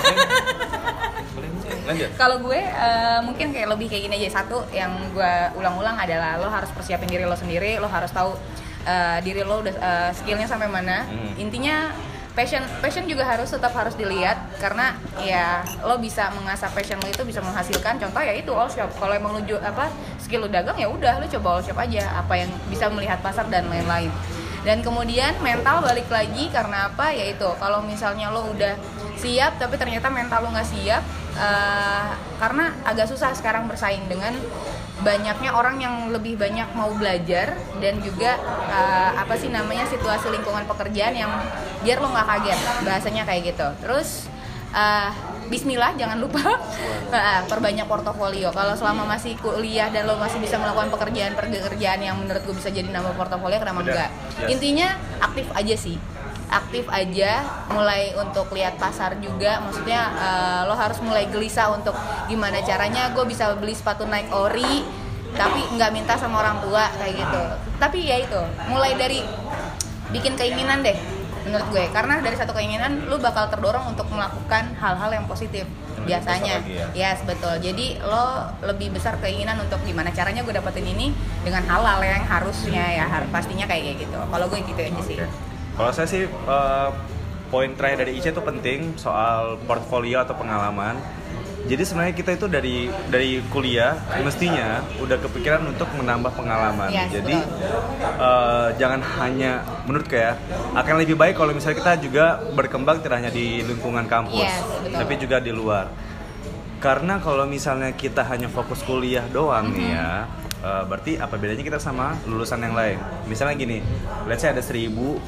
Lanjut. Kalau gue mungkin kayak lebih kayak gini aja. Satu yang gue ulang-ulang adalah lo harus persiapin diri lo sendiri. Lo harus tahu diri lo udah skillnya sampai mana. Intinya passion juga tetap harus dilihat, karena ya lo bisa mengasah passion lo itu bisa menghasilkan. Contoh ya itu all shop. Kalau emang lo skill lo dagang, ya udah lo coba all shop aja, apa yang bisa melihat pasar dan lain-lain. Dan kemudian mental balik lagi, karena apa? Yaitu kalau misalnya lo udah siap tapi ternyata mental lo nggak siap, karena agak susah sekarang bersaing dengan banyaknya orang yang lebih banyak mau belajar, dan juga situasi lingkungan pekerjaan yang biar lo nggak kaget, bahasanya kayak gitu. Terus bismillah, jangan lupa perbanyak portofolio. Kalau selama masih kuliah dan lo masih bisa melakukan pekerjaan yang menurut gue bisa jadi nambah portofolio, kenapa enggak? Intinya aktif aja, mulai untuk lihat pasar juga. Maksudnya lo harus mulai gelisah untuk gimana caranya gue bisa beli sepatu Nike ori tapi nggak minta sama orang tua kayak gitu. Tapi ya itu, mulai dari bikin keinginan deh menurut gue, karena dari satu keinginan lo bakal terdorong untuk melakukan hal-hal yang positif biasanya. Yes, betul. Jadi lo lebih besar keinginan untuk gimana caranya gue dapetin ini dengan halal yang harusnya ya, pastinya kayak gitu. Kalau gue gitu aja sih. Kalau saya sih poin terakhir dari Ica itu penting soal portfolio atau pengalaman. Jadi sebenarnya kita itu dari kuliah mestinya udah kepikiran untuk menambah pengalaman. Yes, jadi jangan hanya, menurut saya akan lebih baik kalau misalnya kita juga berkembang tidak hanya di lingkungan kampus, tapi juga di luar. Karena kalau misalnya kita hanya fokus kuliah doang nih ya, berarti apa bedanya kita sama lulusan yang lain? Misalnya gini, let's say ada 1000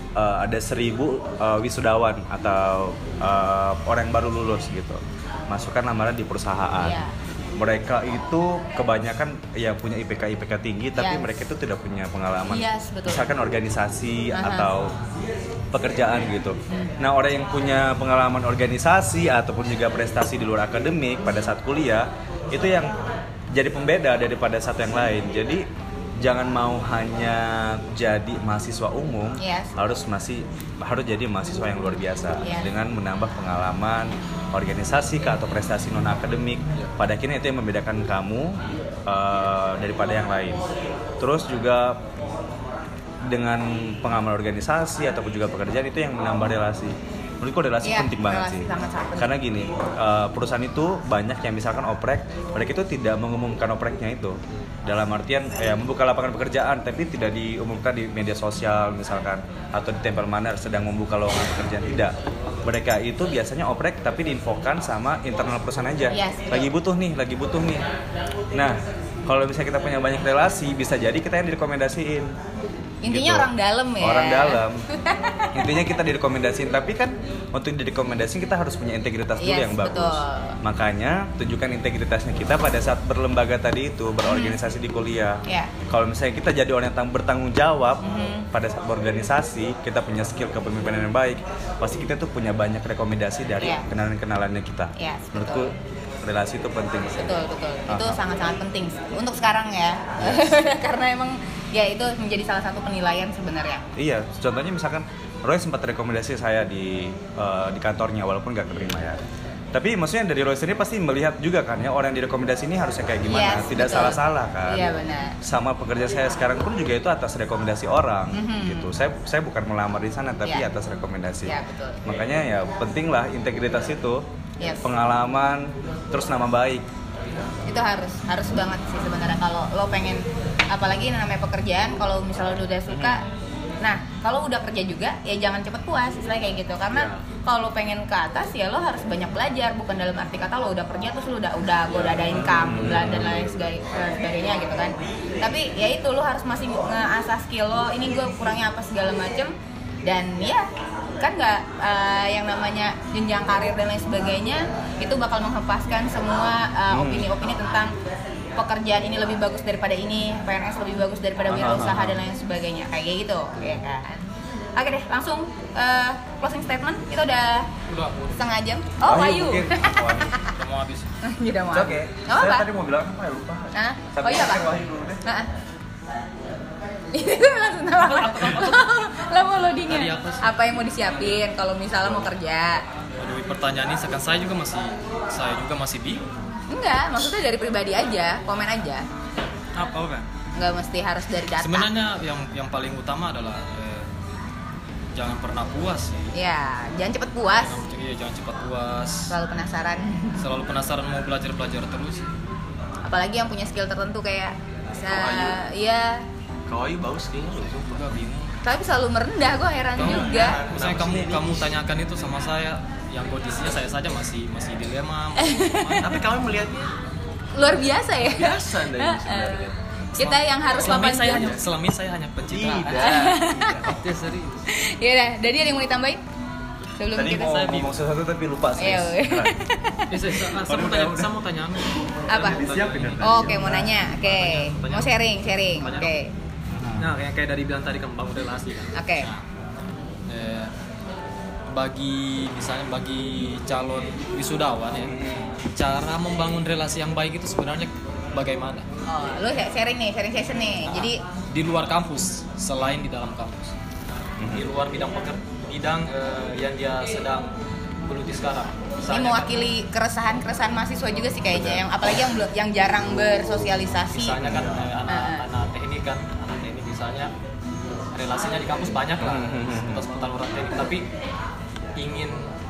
wisudawan atau orang yang baru lulus gitu, masukkan lamaran di perusahaan. Mereka itu kebanyakan yang punya IPK tinggi, tapi mereka itu tidak punya pengalaman. Misalkan organisasi atau pekerjaan gitu. Nah, orang yang punya pengalaman organisasi ataupun juga prestasi di luar akademik pada saat kuliah, itu yang jadi pembeda daripada satu yang lain. Jadi jangan mau hanya jadi mahasiswa umum, harus jadi mahasiswa yang luar biasa dengan menambah pengalaman organisasi atau prestasi non akademik. Pada akhirnya itu yang membedakan kamu daripada yang lain. Terus juga dengan pengalaman organisasi ataupun juga pekerjaan itu yang menambah relasi. Menurutku relasi penting banget sih. Karena gini, perusahaan itu banyak yang misalkan oprek, mereka itu tidak mengumumkan opreknya itu. Dalam artian membuka lapangan pekerjaan tapi tidak diumumkan di media sosial misalkan, atau ditempel mana sedang membuka lowongan pekerjaan, tidak. Mereka itu biasanya oprek tapi diinfokan sama internal perusahaan aja. Lagi butuh nih. Nah, kalau misalnya kita punya banyak relasi, bisa jadi kita yang direkomendasiin. Intinya gitu. Orang dalam ya. Orang dalam. Intinya kita direkomendasiin, tapi kan untuk direkomendasiin kita harus punya integritas dulu yang bagus. Betul. Makanya tunjukkan integritasnya kita pada saat berlembaga tadi itu, berorganisasi di kuliah. Kalau misalnya kita jadi orang yang bertanggung jawab pada saat berorganisasi, kita punya skill kepemimpinan yang baik, pasti kita tuh punya banyak rekomendasi dari kenalan-kenalannya kita. Menurutku relasi itu penting. Betul. Itu sangat-sangat penting untuk sekarang ya. Karena emang ya itu menjadi salah satu penilaian sebenarnya. Iya, contohnya misalkan Roy sempat rekomendasi saya di kantornya walaupun nggak keterima ya. Tapi maksudnya dari Roy sendiri pasti melihat juga kan ya orang yang direkomendasi ini harusnya kayak gimana, tidak betul. salah-salah kan. Iya benar. Sama pekerja saya sekarang pun juga itu atas rekomendasi orang gitu. Saya bukan melamar di sana tapi atas rekomendasi. Iya, betul. Makanya ya penting lah integritas itu, Yes. pengalaman, terus nama baik. Itu harus banget sih sebenarnya kalau lo pengen, apalagi namanya pekerjaan, kalau misalnya lo udah suka, nah kalau udah kerja juga ya jangan cepet puas, istilahnya kayak gitu. Karena kalau lo pengen ke atas ya lo harus banyak belajar, bukan dalam arti kata lo udah kerja terus lo udah gue udah ada income dan lain sebagainya gitu kan. Tapi ya itu lo harus masih nge-asah skill lo, ini gue kurangnya apa segala macem. Dan ya kan nggak yang namanya jenjang karir dan lain sebagainya itu bakal menghempaskan semua opini-opini tentang pekerjaan ini lebih bagus daripada ini, PNS lebih bagus daripada wirausaha dan lain sebagainya, kayak gitu ya kan. Oke deh, langsung closing statement. Kita udah setengah jam. Oh, Wahyu. Udah mau habis. Udah mau. Oke. Saya tadi mau bilang apa ya lupa. Oh iya Pak. Wahyu dulu deh. Ini langsung lah mau loadingnya. Tadi apa sih? Apa yang mau disiapin kalau misalnya mau kerja? Aduh, pertanyaan ini sekarang saya juga masih bingung. Enggak, maksudnya dari pribadi aja, komen aja. Apa kan? Enggak mesti harus dari data. Sebenarnya yang paling utama adalah jangan pernah puas sih. Ya, jangan cepet puas. Jangan cepat puas. Selalu penasaran mau belajar terus. Apalagi yang punya skill tertentu kayak iya. Kawaii bagus kayaknya lu. Juga bingung. Tapi selalu merendah, gue heran juga. Misalnya kamu tanyakan itu sama saya, yang kondisinya saya saja masih dilema. Tapi kamu melihatnya Luar biasa ya. biasa dari sebenarnya. Kita yang harus selama ini 8 jam. saya hanya pencitraan. Tidak. Serius. Ya udah, jadi ada yang mau ditambahin? Sebelum Tadi kita mau ngomong sesuatu tapi lupa sih. Saya mau tanya apa? Disiapin kan? Oh, oke, mau nanya. Oke. Mau sharing. Oke. Nah, kayak dari bilang tadi kan membangun relasi kan. Oke. Nah, bagi calon wisudawan ya, cara membangun relasi yang baik itu sebenarnya bagaimana? Oh, lu sharing session nih. Jadi Di luar kampus, selain di dalam kampus. Di luar bidang yang dia sedang geluti sekarang. ini mewakili keresahan mahasiswa juga sih kayaknya, yang apalagi yang jarang bersosialisasi. Misalnya kan anak teknik misalnya relasinya di kampus banyak lah seputar orang teknik, tapi ingin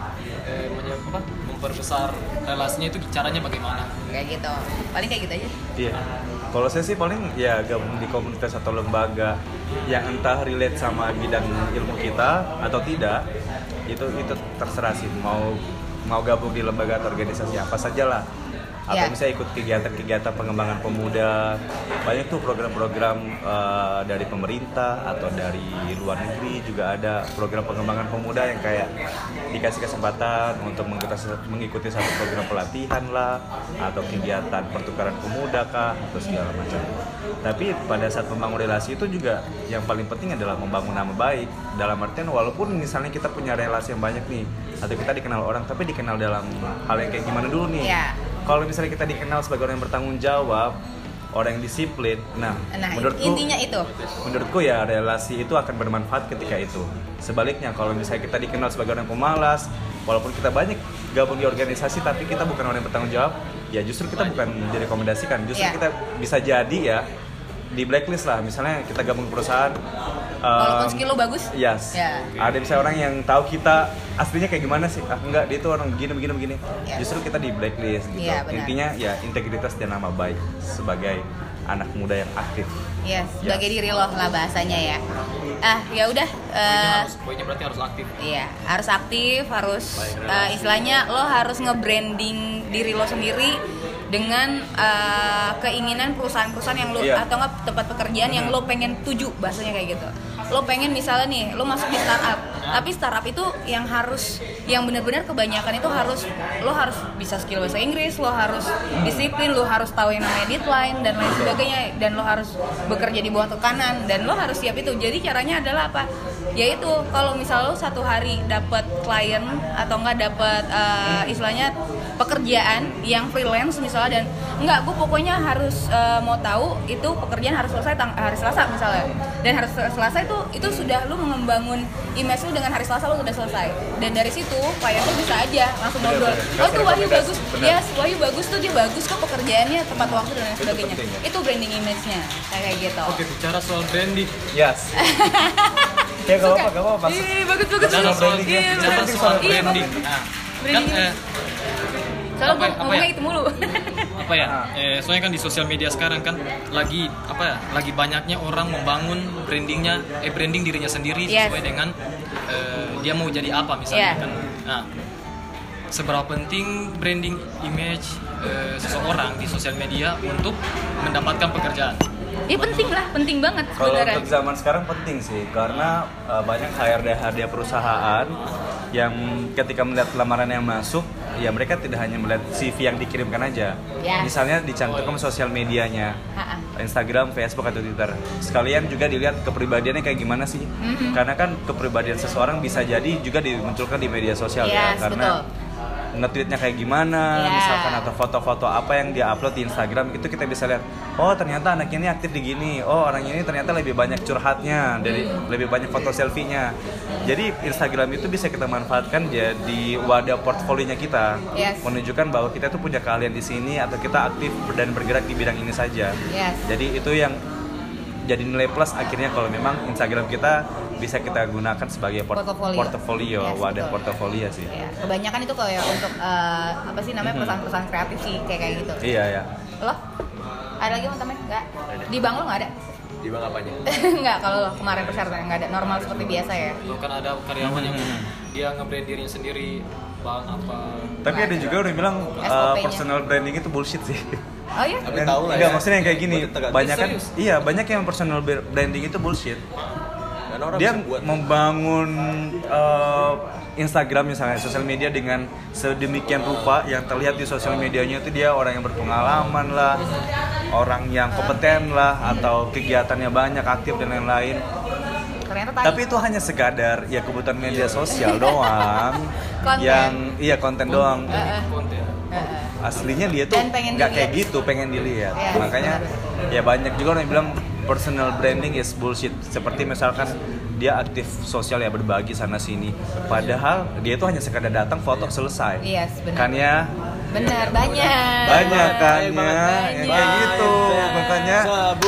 memperbesar relasinya itu caranya bagaimana? Kayak gitu, paling kayak gitu aja. Iya. Kalau saya sih paling ya gabung di komunitas atau lembaga yang entah relate sama bidang ilmu kita atau tidak, itu terserah sih, mau gabung di lembaga atau organisasi apa saja lah. Atau misalnya ikut kegiatan pengembangan pemuda, banyak tuh program-program dari pemerintah atau dari luar negeri juga ada program pengembangan pemuda yang kayak dikasih kesempatan untuk mengikuti satu program pelatihan lah, atau kegiatan pertukaran pemuda kah, atau segala macam. Tapi pada saat membangun relasi itu juga yang paling penting adalah membangun nama baik. Dalam artian walaupun misalnya kita punya relasi yang banyak nih, atau kita dikenal orang, tapi dikenal dalam hal yang kayak gimana dulu nih. Kalau misalnya kita dikenal sebagai orang yang bertanggung jawab, orang yang disiplin, nah intinya itu. Menurutku ya relasi itu akan bermanfaat ketika itu. Sebaliknya kalau misalnya kita dikenal sebagai orang yang pemalas, walaupun kita banyak gabung di organisasi tapi kita bukan orang yang bertanggung jawab, ya justru kita bukan direkomendasikan. Justru kita bisa jadi ya di blacklist lah. Misalnya kita gabung perusahaan, walaupun skill lo bagus, yes. Ada misalnya orang yang tahu kita aslinya kayak gimana sih, enggak dia tuh orang begini. Justru kita di blacklist gitu. Intinya ya integritas dan nama baik sebagai anak muda yang aktif. Sebagai diri lo lah bahasanya ya. Ya udah. Poinnya berarti harus aktif. Iya, harus aktif, harus istilahnya lo harus nge-branding diri lo sendiri dengan keinginan perusahaan-perusahaan yang lo atau enggak tempat pekerjaan yang lo pengen tuju, bahasanya kayak gitu. Lo pengen misalnya nih, lo masuk di startup, tapi startup itu yang benar-benar kebanyakan itu lo harus bisa skill bahasa Inggris, lo harus disiplin, lo harus tahu yang namanya deadline dan lain sebagainya, dan lo harus bekerja di bawah tekanan, dan lo harus siap itu. Jadi caranya adalah apa? Yaitu kalau misalnya lo satu hari dapat klien atau enggak dapat istilahnya pekerjaan yang freelance misalnya, dan enggak, gue pokoknya harus mau tahu itu pekerjaan harus selesai hari Selasa misalnya, dan hari Selasa itu sudah lu membangun image lu dengan hari Selasa lu sudah selesai, dan dari situ klien tuh bisa aja langsung ngobrol, oh tuh Wahyu bagus, Wahyu bagus tuh, dia bagus kok pekerjaannya, tepat waktu dan lain sebagainya. Itu branding image-nya kayak gitu. Oke, bicara soal branding. Yes. Ya gak apa-apa. Iya, bagus. Bicara soal branding. Nah, kan soalnya gue ngomongnya itu mulu. Apa ya? Soalnya kan di sosial media sekarang kan lagi banyaknya orang membangun branding dirinya sendiri sesuai dengan dia mau jadi apa misalnya kan. Nah, seberapa penting branding image seseorang di sosial media untuk mendapatkan pekerjaan? Ya penting banget Kalau sebenarnya. untuk zaman sekarang penting sih, karena banyak HRD perusahaan yang ketika melihat lamaran yang masuk, ya mereka tidak hanya melihat CV yang dikirimkan aja. Misalnya dicantumkan sosial medianya, Instagram, Facebook atau Twitter. Sekalian juga dilihat kepribadiannya kayak gimana sih. Karena kan kepribadian seseorang bisa jadi juga dimunculkan di media sosial ya, karena nge-tweetnya kayak gimana, misalkan, atau foto-foto apa yang dia upload di Instagram, itu kita bisa lihat, oh ternyata anak ini aktif di gini, oh orang ini ternyata lebih banyak curhatnya, dari lebih banyak foto selfie-nya. Jadi Instagram itu bisa kita manfaatkan jadi wadah portfolionya kita, menunjukkan bahwa kita tuh punya keahlian di sini atau kita aktif dan bergerak di bidang ini saja. Jadi itu yang jadi nilai plus akhirnya kalau memang Instagram kita bisa kita gunakan sebagai portofolio, wadah portofolio sih. Kebanyakan itu kayak untuk apa sih namanya, perusahaan-perusahaan kreatif sih kayak gitu. Iya. Lo? Ada lagi mau tambahin? Enggak? Di bank lo nggak ada? Di bank apanya? Enggak, kalau lo kemarin persyaratan nggak ada, normal seperti biasa ya? Lo kan ada karyawan yang dia nge-brand dirinya sendiri, bank apa. Tapi ada juga orang bilang personal branding itu bullshit sih. Oh iya? Tapi tahu lah ya. Maksudnya yang kayak gini. Banyak yang personal branding itu bullshit. Dia membangun Instagram misalnya, sosial media dengan sedemikian rupa yang terlihat di sosial medianya itu dia orang yang berpengalaman lah, orang yang kompeten lah, atau kegiatannya banyak, aktif dan lain-lain. Tapi itu hanya sekadar ya kebutuhan media sosial doang. Konten doang. Aslinya dia tuh nggak kayak gitu, pengen dilihat. Makanya ya banyak juga orang yang bilang personal branding is bullshit. Seperti misalkan dia aktif sosial ya, berbagi sana sini, padahal dia itu hanya sekadar datang foto selesai. Benar. Kan ya? Benar, banyak kan ya, kayak gitu. Makanya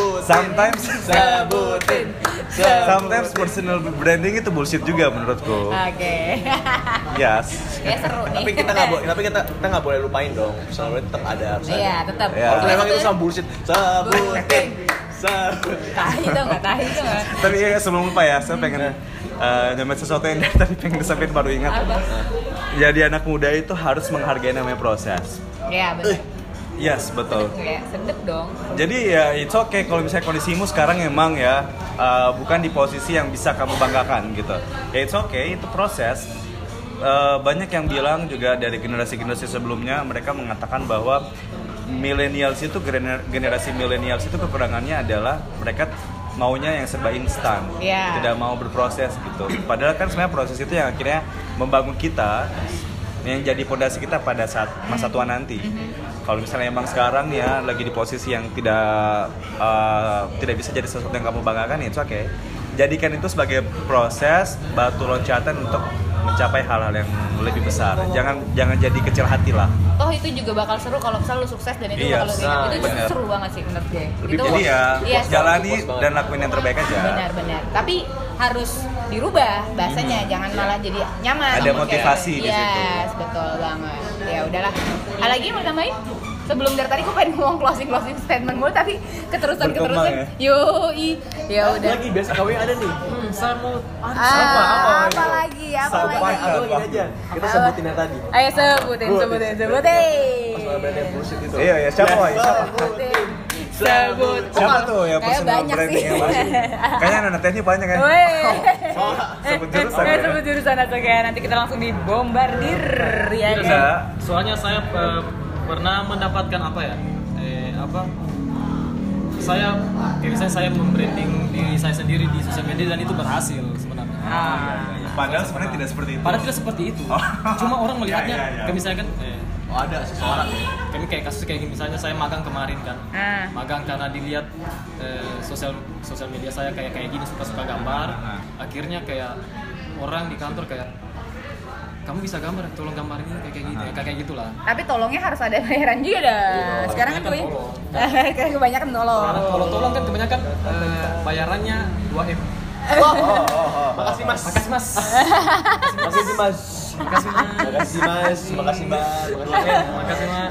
sometimes personal branding itu bullshit juga menurutku. Oke. Yes. Ya seru nih. Tapi kita nggak boleh lupain dong. Soalnya tetap ada. Iya, tetap. Kalau memang itu sama bullshit, sebutin. Tahi tuh nggak. Tapi ya sebelum lupa ya, saya pengen nyampe sesuatu yang tadi pengen disampaikan baru ingat. Jadi anak muda itu harus menghargai namanya proses. Iya betul. Yes, betul. Sedep dong. Jadi ya it's okay kalau misalnya kondisimu sekarang emang ya bukan di posisi yang bisa kamu banggakan gitu. Ya it's okay, itu proses. Banyak yang bilang juga dari generasi-generasi sebelumnya, mereka mengatakan bahwa millennials itu, generasi millennials itu kekurangannya adalah mereka maunya yang serba instan, tidak mau berproses gitu. Padahal kan sebenarnya proses itu yang akhirnya membangun kita, yang jadi fondasi kita pada saat masa tua nanti. Kalau misalnya emang sekarang ya lagi di posisi yang tidak bisa jadi sesuatu yang kamu banggakan, ya itu oke. Jadikan itu sebagai proses, batu loncatan untuk mencapai hal-hal yang lebih besar. Jangan jadi kecil hati lah. Oh itu juga bakal seru kalau misalnya lu sukses dan itu bakal itu seru banget sih menurut gue. Lebih jadi ya jalani dan lakuin yang terbaik aja. Benar. Tapi harus dirubah bahasanya, jangan malah jadi nyaman. Ada motivasi di situ. Yes, betul banget. Ya udahlah. Ada lagi mau tambahin? Sebelum dari tadi gue pengen ngomong closing statement mulu tapi keterusan. Yoi. Ya udah. Lagi biasa KW ada nih. Saya mau apa lagi? Apa lagi aja. Kita sebutin yang tadi. Ayo sebutin. Personal branding bullshit itu. Iya, siapa? Sebut. Siapa tuh yang kayak personal banyak branding sih. yang masuk? Kayaknya anak teknik banyak kan? Sebut jurusan. Sebut jurusan atau kayak nanti kita langsung dibombardir ya kan? Soalnya saya pernah mendapatkan misalnya saya membranding diri saya sendiri di sosial media dan itu berhasil sebenarnya. Padahal sebenarnya tidak seperti itu. Padahal tidak seperti itu. Cuma orang melihatnya, kayak misalnya kan Oh ada seseorang ya. Kami kayak kasus kayak gini, misalnya saya magang kemarin kan. Magang karena dilihat sosial media saya kayak gini, suka gambar. Akhirnya kayak orang di kantor kayak, kamu bisa gambar, tolong gambarin ini kayak gini, kayak gitulah. Tapi tolongnya harus ada bayaran juga dah. Sekarang kan gue kayak kebanyakan tolong. Kalau tolong kan kebanyakan bayarannya 2M. Makasih mas. Makasih mas. Makasih mas. Makasih mas. Makasih mas. Makasih mas. Makasih mas.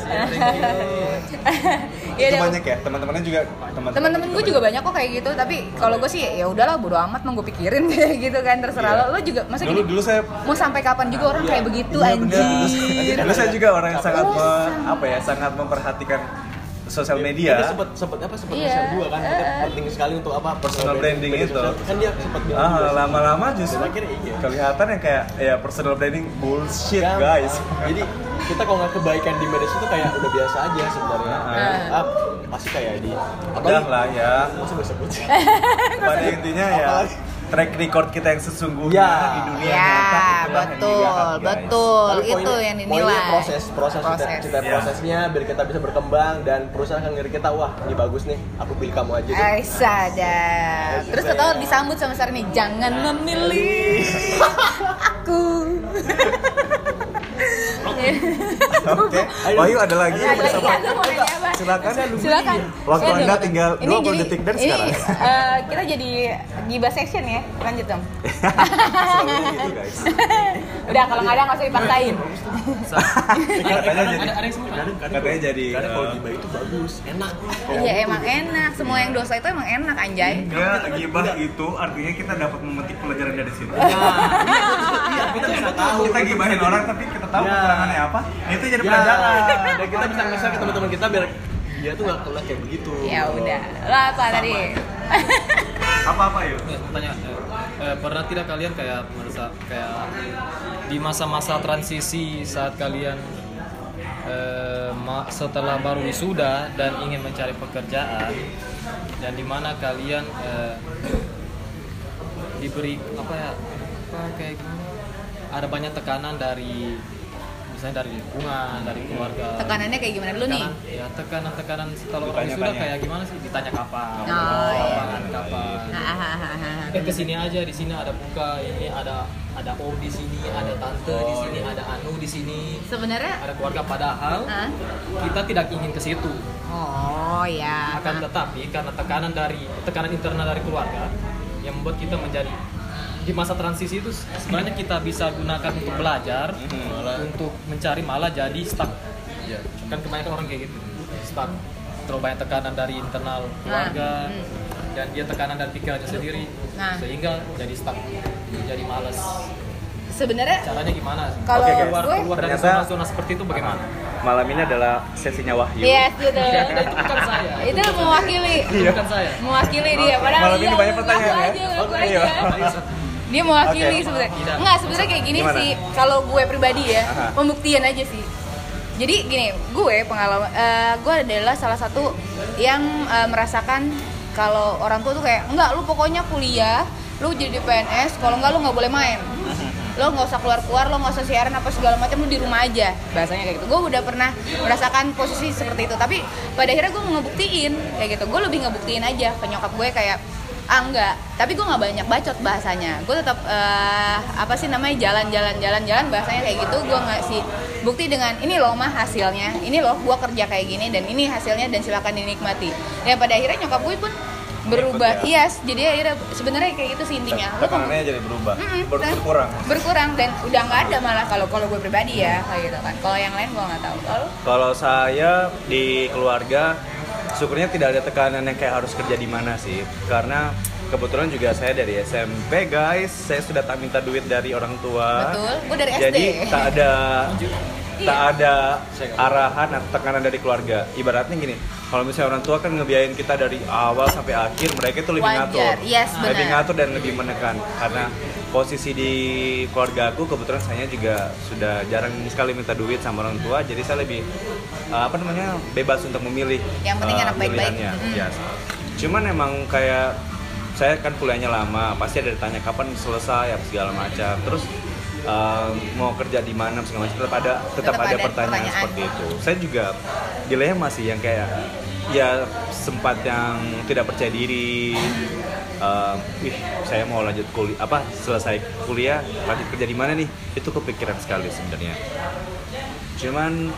Iya, Itu banyak ya, teman-temannya juga teman-teman gue juga banyak kok kayak gitu, tapi kalau gue sih ya udahlah bodo amat, mau gue pikirin kayak gitu kan, terserah lo juga masa gini dulu saya mau sampai kapan juga orang kayak begitu anjir. dulu saya juga orang yang sangat memperhatikan sosial media. Dia sempat share juga kan, penting sekali untuk personal branding itu. Kan dia sempat bilang lama-lama justru kelihatan yang kayak ya personal branding bullshit guys. Jadi kita kalau nggak kebaikan di media itu kayak udah biasa aja sebenarnya. Pasti kayak di Udah lah ya. Masih bersebut. Pada intinya ya track record kita yang sesungguhnya di dunia nyata itulah yang dilihat, guys. Betul itu yang dinilai. Prosesnya biar kita bisa berkembang dan perusahaan akan ngeri kita, wah ini bagus nih, aku pilih kamu aja deh. Sadar. Terus tahu disambut sama Sarni, jangan memilih aku. Oke, Wahyu ada lagi yang bersama. Silakan. Waktu Anda tinggal 20 detik dari sekarang. Kita jadi gibah section ya. Lanjut dong. Selalu gitu guys. Udah kalau nggak ada nggak usah dipaksain. Katanya jadi Karena kalau gibah itu bagus, enak. Iya emang enak. Semua yang dosa itu emang enak anjay. Enggak, gibah itu artinya kita dapat memetik pelajaran dari situ. Iya, kita bisa tahu. Kita gibahin orang tapi kita tahu kekurangannya apa. Itu jadi pelajaran. Dan kita bisa ngasih ke teman-teman kita biar dia tuh nggak kena kayak begitu. Ya udah. Lo apa tadi? Apa yuk? Mau tanya, pernah tidak kalian kayak merasa kayak di masa-masa transisi saat kalian setelah baru wisuda dan ingin mencari pekerjaan, dan di mana kalian diberi kayak gimana? Ada banyak tekanan dari misalnya dari lingkungan, dari keluarga. Tekanannya kayak gimana dulu nih? Ya tekanan setelah orang wisuda kayak gimana sih? Ditanya kapan? Kapan? Kesini aja, di sini ada buka, ini ada om di sini, ada tante di sini, ada anu di sini. Sebenarnya ada keluarga, padahal kita tidak ingin ke situ. Oh ya. Akan tetapi karena tekanan internal dari keluarga yang membuat kita menjadi di masa transisi itu sebenarnya kita bisa gunakan untuk belajar, untuk mencari, malah jadi stuck. Kan kebanyakan orang kayak gitu, stuck. Terlalu banyak tekanan dari internal keluarga dan dia tekanan dari pikirannya sendiri, sehingga jadi stuck, jadi malas. Sebenarnya caranya gimana sih? Kalau keluar dari zona seperti itu bagaimana? Malam ini adalah sesinya Wahyu. Yes, gitu. Itu bukan saya. Itu mewakili. Bukan saya. Mewakili dia. Padahal malam ini banyak pertanyaan ya. Dia mewakili sebenarnya. Enggak, sebenarnya kayak gini sih. Kalau gue pribadi ya, pembuktian aja sih. Jadi gini, gue pengalaman, gue adalah salah satu yang merasakan kalau orang tua tuh kayak, enggak, lu pokoknya kuliah, lu jadi PNS, kalau enggak lu nggak boleh main. Lo nggak usah keluar-keluar, lo nggak usah siaran apa segala macam, lo di rumah aja, bahasanya kayak gitu. Gue udah pernah merasakan posisi seperti itu, tapi pada akhirnya gue ngebuktiin kayak gitu. Gue lebih ngebuktiin aja ke nyokap gue kayak enggak, tapi gue nggak banyak bacot bahasanya. Gue tetap jalan bahasanya kayak gitu. Gue ngasih bukti dengan ini loh mah hasilnya, ini loh gue kerja kayak gini dan ini hasilnya dan silakan dinikmati. Dan pada akhirnya nyokap gue pun berubah, jadi akhirnya sebenarnya kayak gitu sih intinya. Tekanannya jadi berubah, berkurang dan udah nggak ada malah kalau gue pribadi ya kayak gitu kan. Kalau yang lain gue nggak tahu. Kalau saya di keluarga, syukurnya tidak ada tekanan yang kayak harus kerja di mana sih, karena kebetulan juga saya dari SMP guys, saya sudah tak minta duit dari orang tua. Betul, gue dari SD. Jadi tak ada arahan atau tekanan dari keluarga. Ibaratnya gini, kalau misalnya orang tua kan ngebiayain kita dari awal sampai akhir, mereka itu lebih ngatur, lebih ngatur dan lebih menekan. Karena posisi di keluarga aku kebetulan saya juga sudah jarang sekali minta duit sama orang tua, jadi saya lebih bebas untuk memilih. Yang penting anak baik-baik. Yes. Cuman emang kayak saya kan kuliahnya lama, pasti ada ditanya kapan selesai apa segala macam. Terus mau kerja di mana segala macam, tetap ada pertanyaan seperti itu. Saya juga dilema sih yang kayak ya sempat yang tidak percaya diri. Saya mau lanjut kuliah, selesai kuliah lanjut kerja di mana nih? Itu kepikiran sekali sebenarnya. Cuman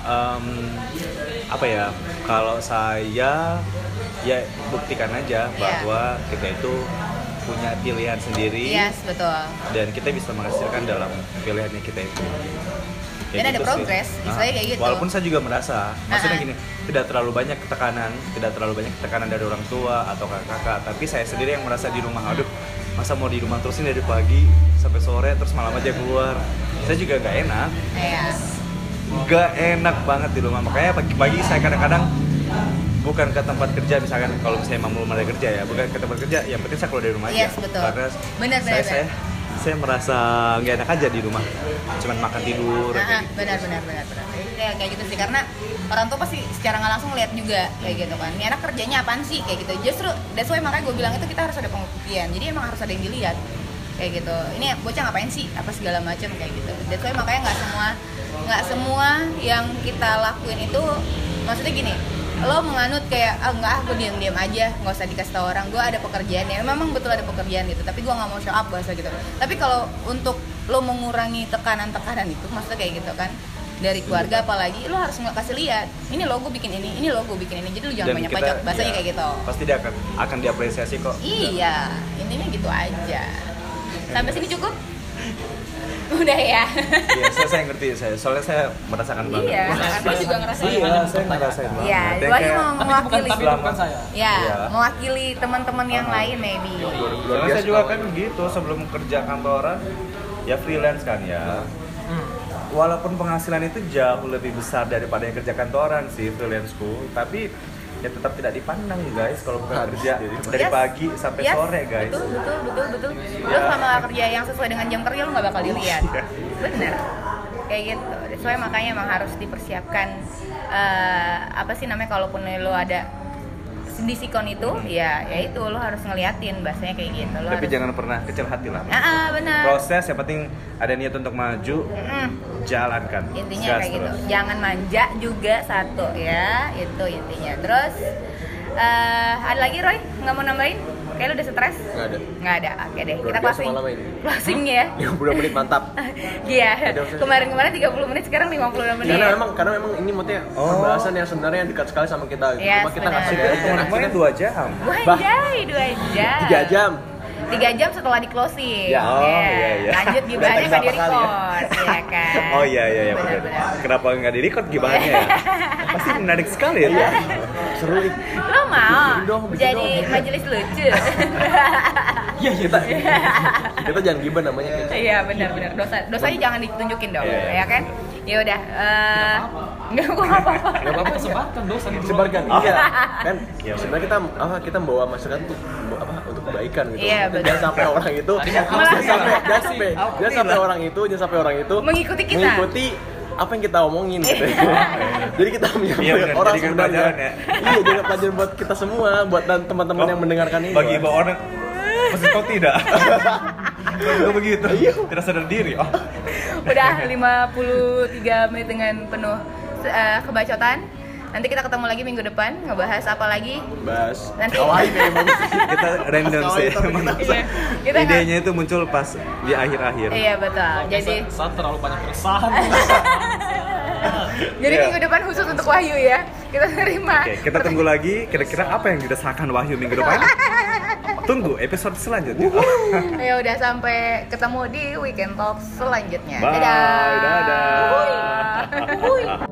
kalau saya ya buktikan aja bahwa kita itu punya pilihan sendiri. Yes, betul. Dan kita bisa menghasilkan dalam pilihannya kita itu. Dan ada progres, istilahnya kayak gitu. Walaupun saya juga merasa, maksudnya gini, tidak terlalu banyak tekanan dari orang tua atau kakak, tapi saya sendiri yang merasa di rumah, aduh, masa mau di rumah terus ini dari pagi sampai sore terus malam aja keluar. Saya juga gak enak. Iya. Gak enak banget di rumah, makanya pagi-pagi saya kadang-kadang bukan ke tempat kerja, misalkan kalau misalnya mau mulai kerja ya, bukan ke tempat kerja, yang penting saya keluar dari rumah aja. Yes, betul. Karena Benar. saya merasa nggak enak aja di rumah, cuman makan tidur. Benar. Ya, kayak gitu sih, karena orang tua pasti secara nggak langsung lihat juga kayak gitu kan. Ini anak kerjanya apaan sih kayak gitu. Justru that's why makanya gue bilang itu kita harus ada pembuktian. Jadi emang harus ada yang dilihat kayak gitu. Ini bocah ngapain sih? Apa segala macam kayak gitu. That's why makanya nggak semua yang kita lakuin itu, maksudnya gini, lo menganut kayak gue diam aja, nggak usah dikasih tau orang gue ada pekerjaan ya, memang betul ada pekerjaan gitu, tapi gue nggak mau show up bahasa gitu. Tapi kalau untuk lo mengurangi tekanan itu, maksudnya kayak gitu kan, dari keluarga apalagi, lo harus kasih lihat, ini lo gue bikin ini lo gue bikin ini, jadi lo jangan banyak bacot bahasanya kayak gitu. Pasti dia akan diapresiasi kok. Iya, intinya gitu aja. Sampai sini cukup? Udah ya. Iya, saya ngerti, soalnya saya merasakan banget. Iya, aku juga ngerasain. Iya, saya ngerasain banget. Iya, gue mau mewakili. Tapi bukan saya. Ya, mewakili teman-teman yang lain maybe. Soalnya saya juga kan gitu, sebelum kerja kantoran ya freelance kan ya. Walaupun penghasilan itu jauh lebih besar daripada yang kerja kantoran sih freelanceku, tapi ya tetap tidak dipandang guys kalau bukan kerja dari pagi sampai sore guys. Betul. Lo sama kerja yang sesuai dengan jam kerja lo nggak bakal dilihat. Bener. Kayak gitu. Soalnya makanya emang harus dipersiapkan kalaupun lo ada di sikon itu, ya itu lo harus ngeliatin bahasanya kayak gitu. Lo tapi harus... jangan pernah kecil hati lah. Benar. Proses yang penting ada niat untuk maju, jalankan. Intinya kayak gitu. Jangan manja juga satu ya, itu intinya. Terus ada lagi Roy? Nggak mau nambahin? Kayak lu udah stres? Nggak ada. Oke deh, kita closing ya. 30 menit mantap. Iya. Kemarin 30 menit, sekarang 50 menit. Karena memang ini moodnya pembahasan yang sebenarnya dekat sekali sama kita. Yes, cuma kita ngasih kemarin 2 jam. 2 jam. 3 jam. 3 jam setelah di closing. Iya. Lanjut gibahannya nggak di record, ya kan? Oh iya. Benar. Kenapa nggak di record gibahannya ya? Pasti menarik sekali ya. Seru nih. Lo mau jadi majelis lucu? Iya, kita jangan gibah namanya. Iya benar. Dosanya jangan ditunjukin dong, ya kan? Ya udah. Nggak apa-apa. Sebarkan dosa di Sebarkan. Iya. Kan sebenarnya kita membawa masyarakat untuk kebaikan gitu. Iya, betul. Jangan sampai orang itu jangan sampai orang itu mengikuti kita. Apa yang kita omongin gitu. Jadi kita menyampaikan orang sebenarnya. Iya, jadi pelajaran buat kita semua, buat teman-teman yang mendengarkan ini. Bagi orang pasti kau tidak. Itu begitu. Tidak sadar diri. Udah 53 menit dengan penuh kebacotan. Nanti kita ketemu lagi minggu depan, ngebahas apa lagi? Bahas. Nanti kita random sih. Kita idenya itu muncul pas di akhir-akhir. Iya betul. Jadi saat terlalu banyak keresahan. Jadi minggu depan khusus untuk Wahyu ya. Kita terima. Oke, kita tunggu lagi kira-kira apa yang dirasakan Wahyu minggu depan. Tunggu episode selanjutnya. Ya udah, sampai ketemu di Weekend Talk selanjutnya. Bye. Dadah. Dadah.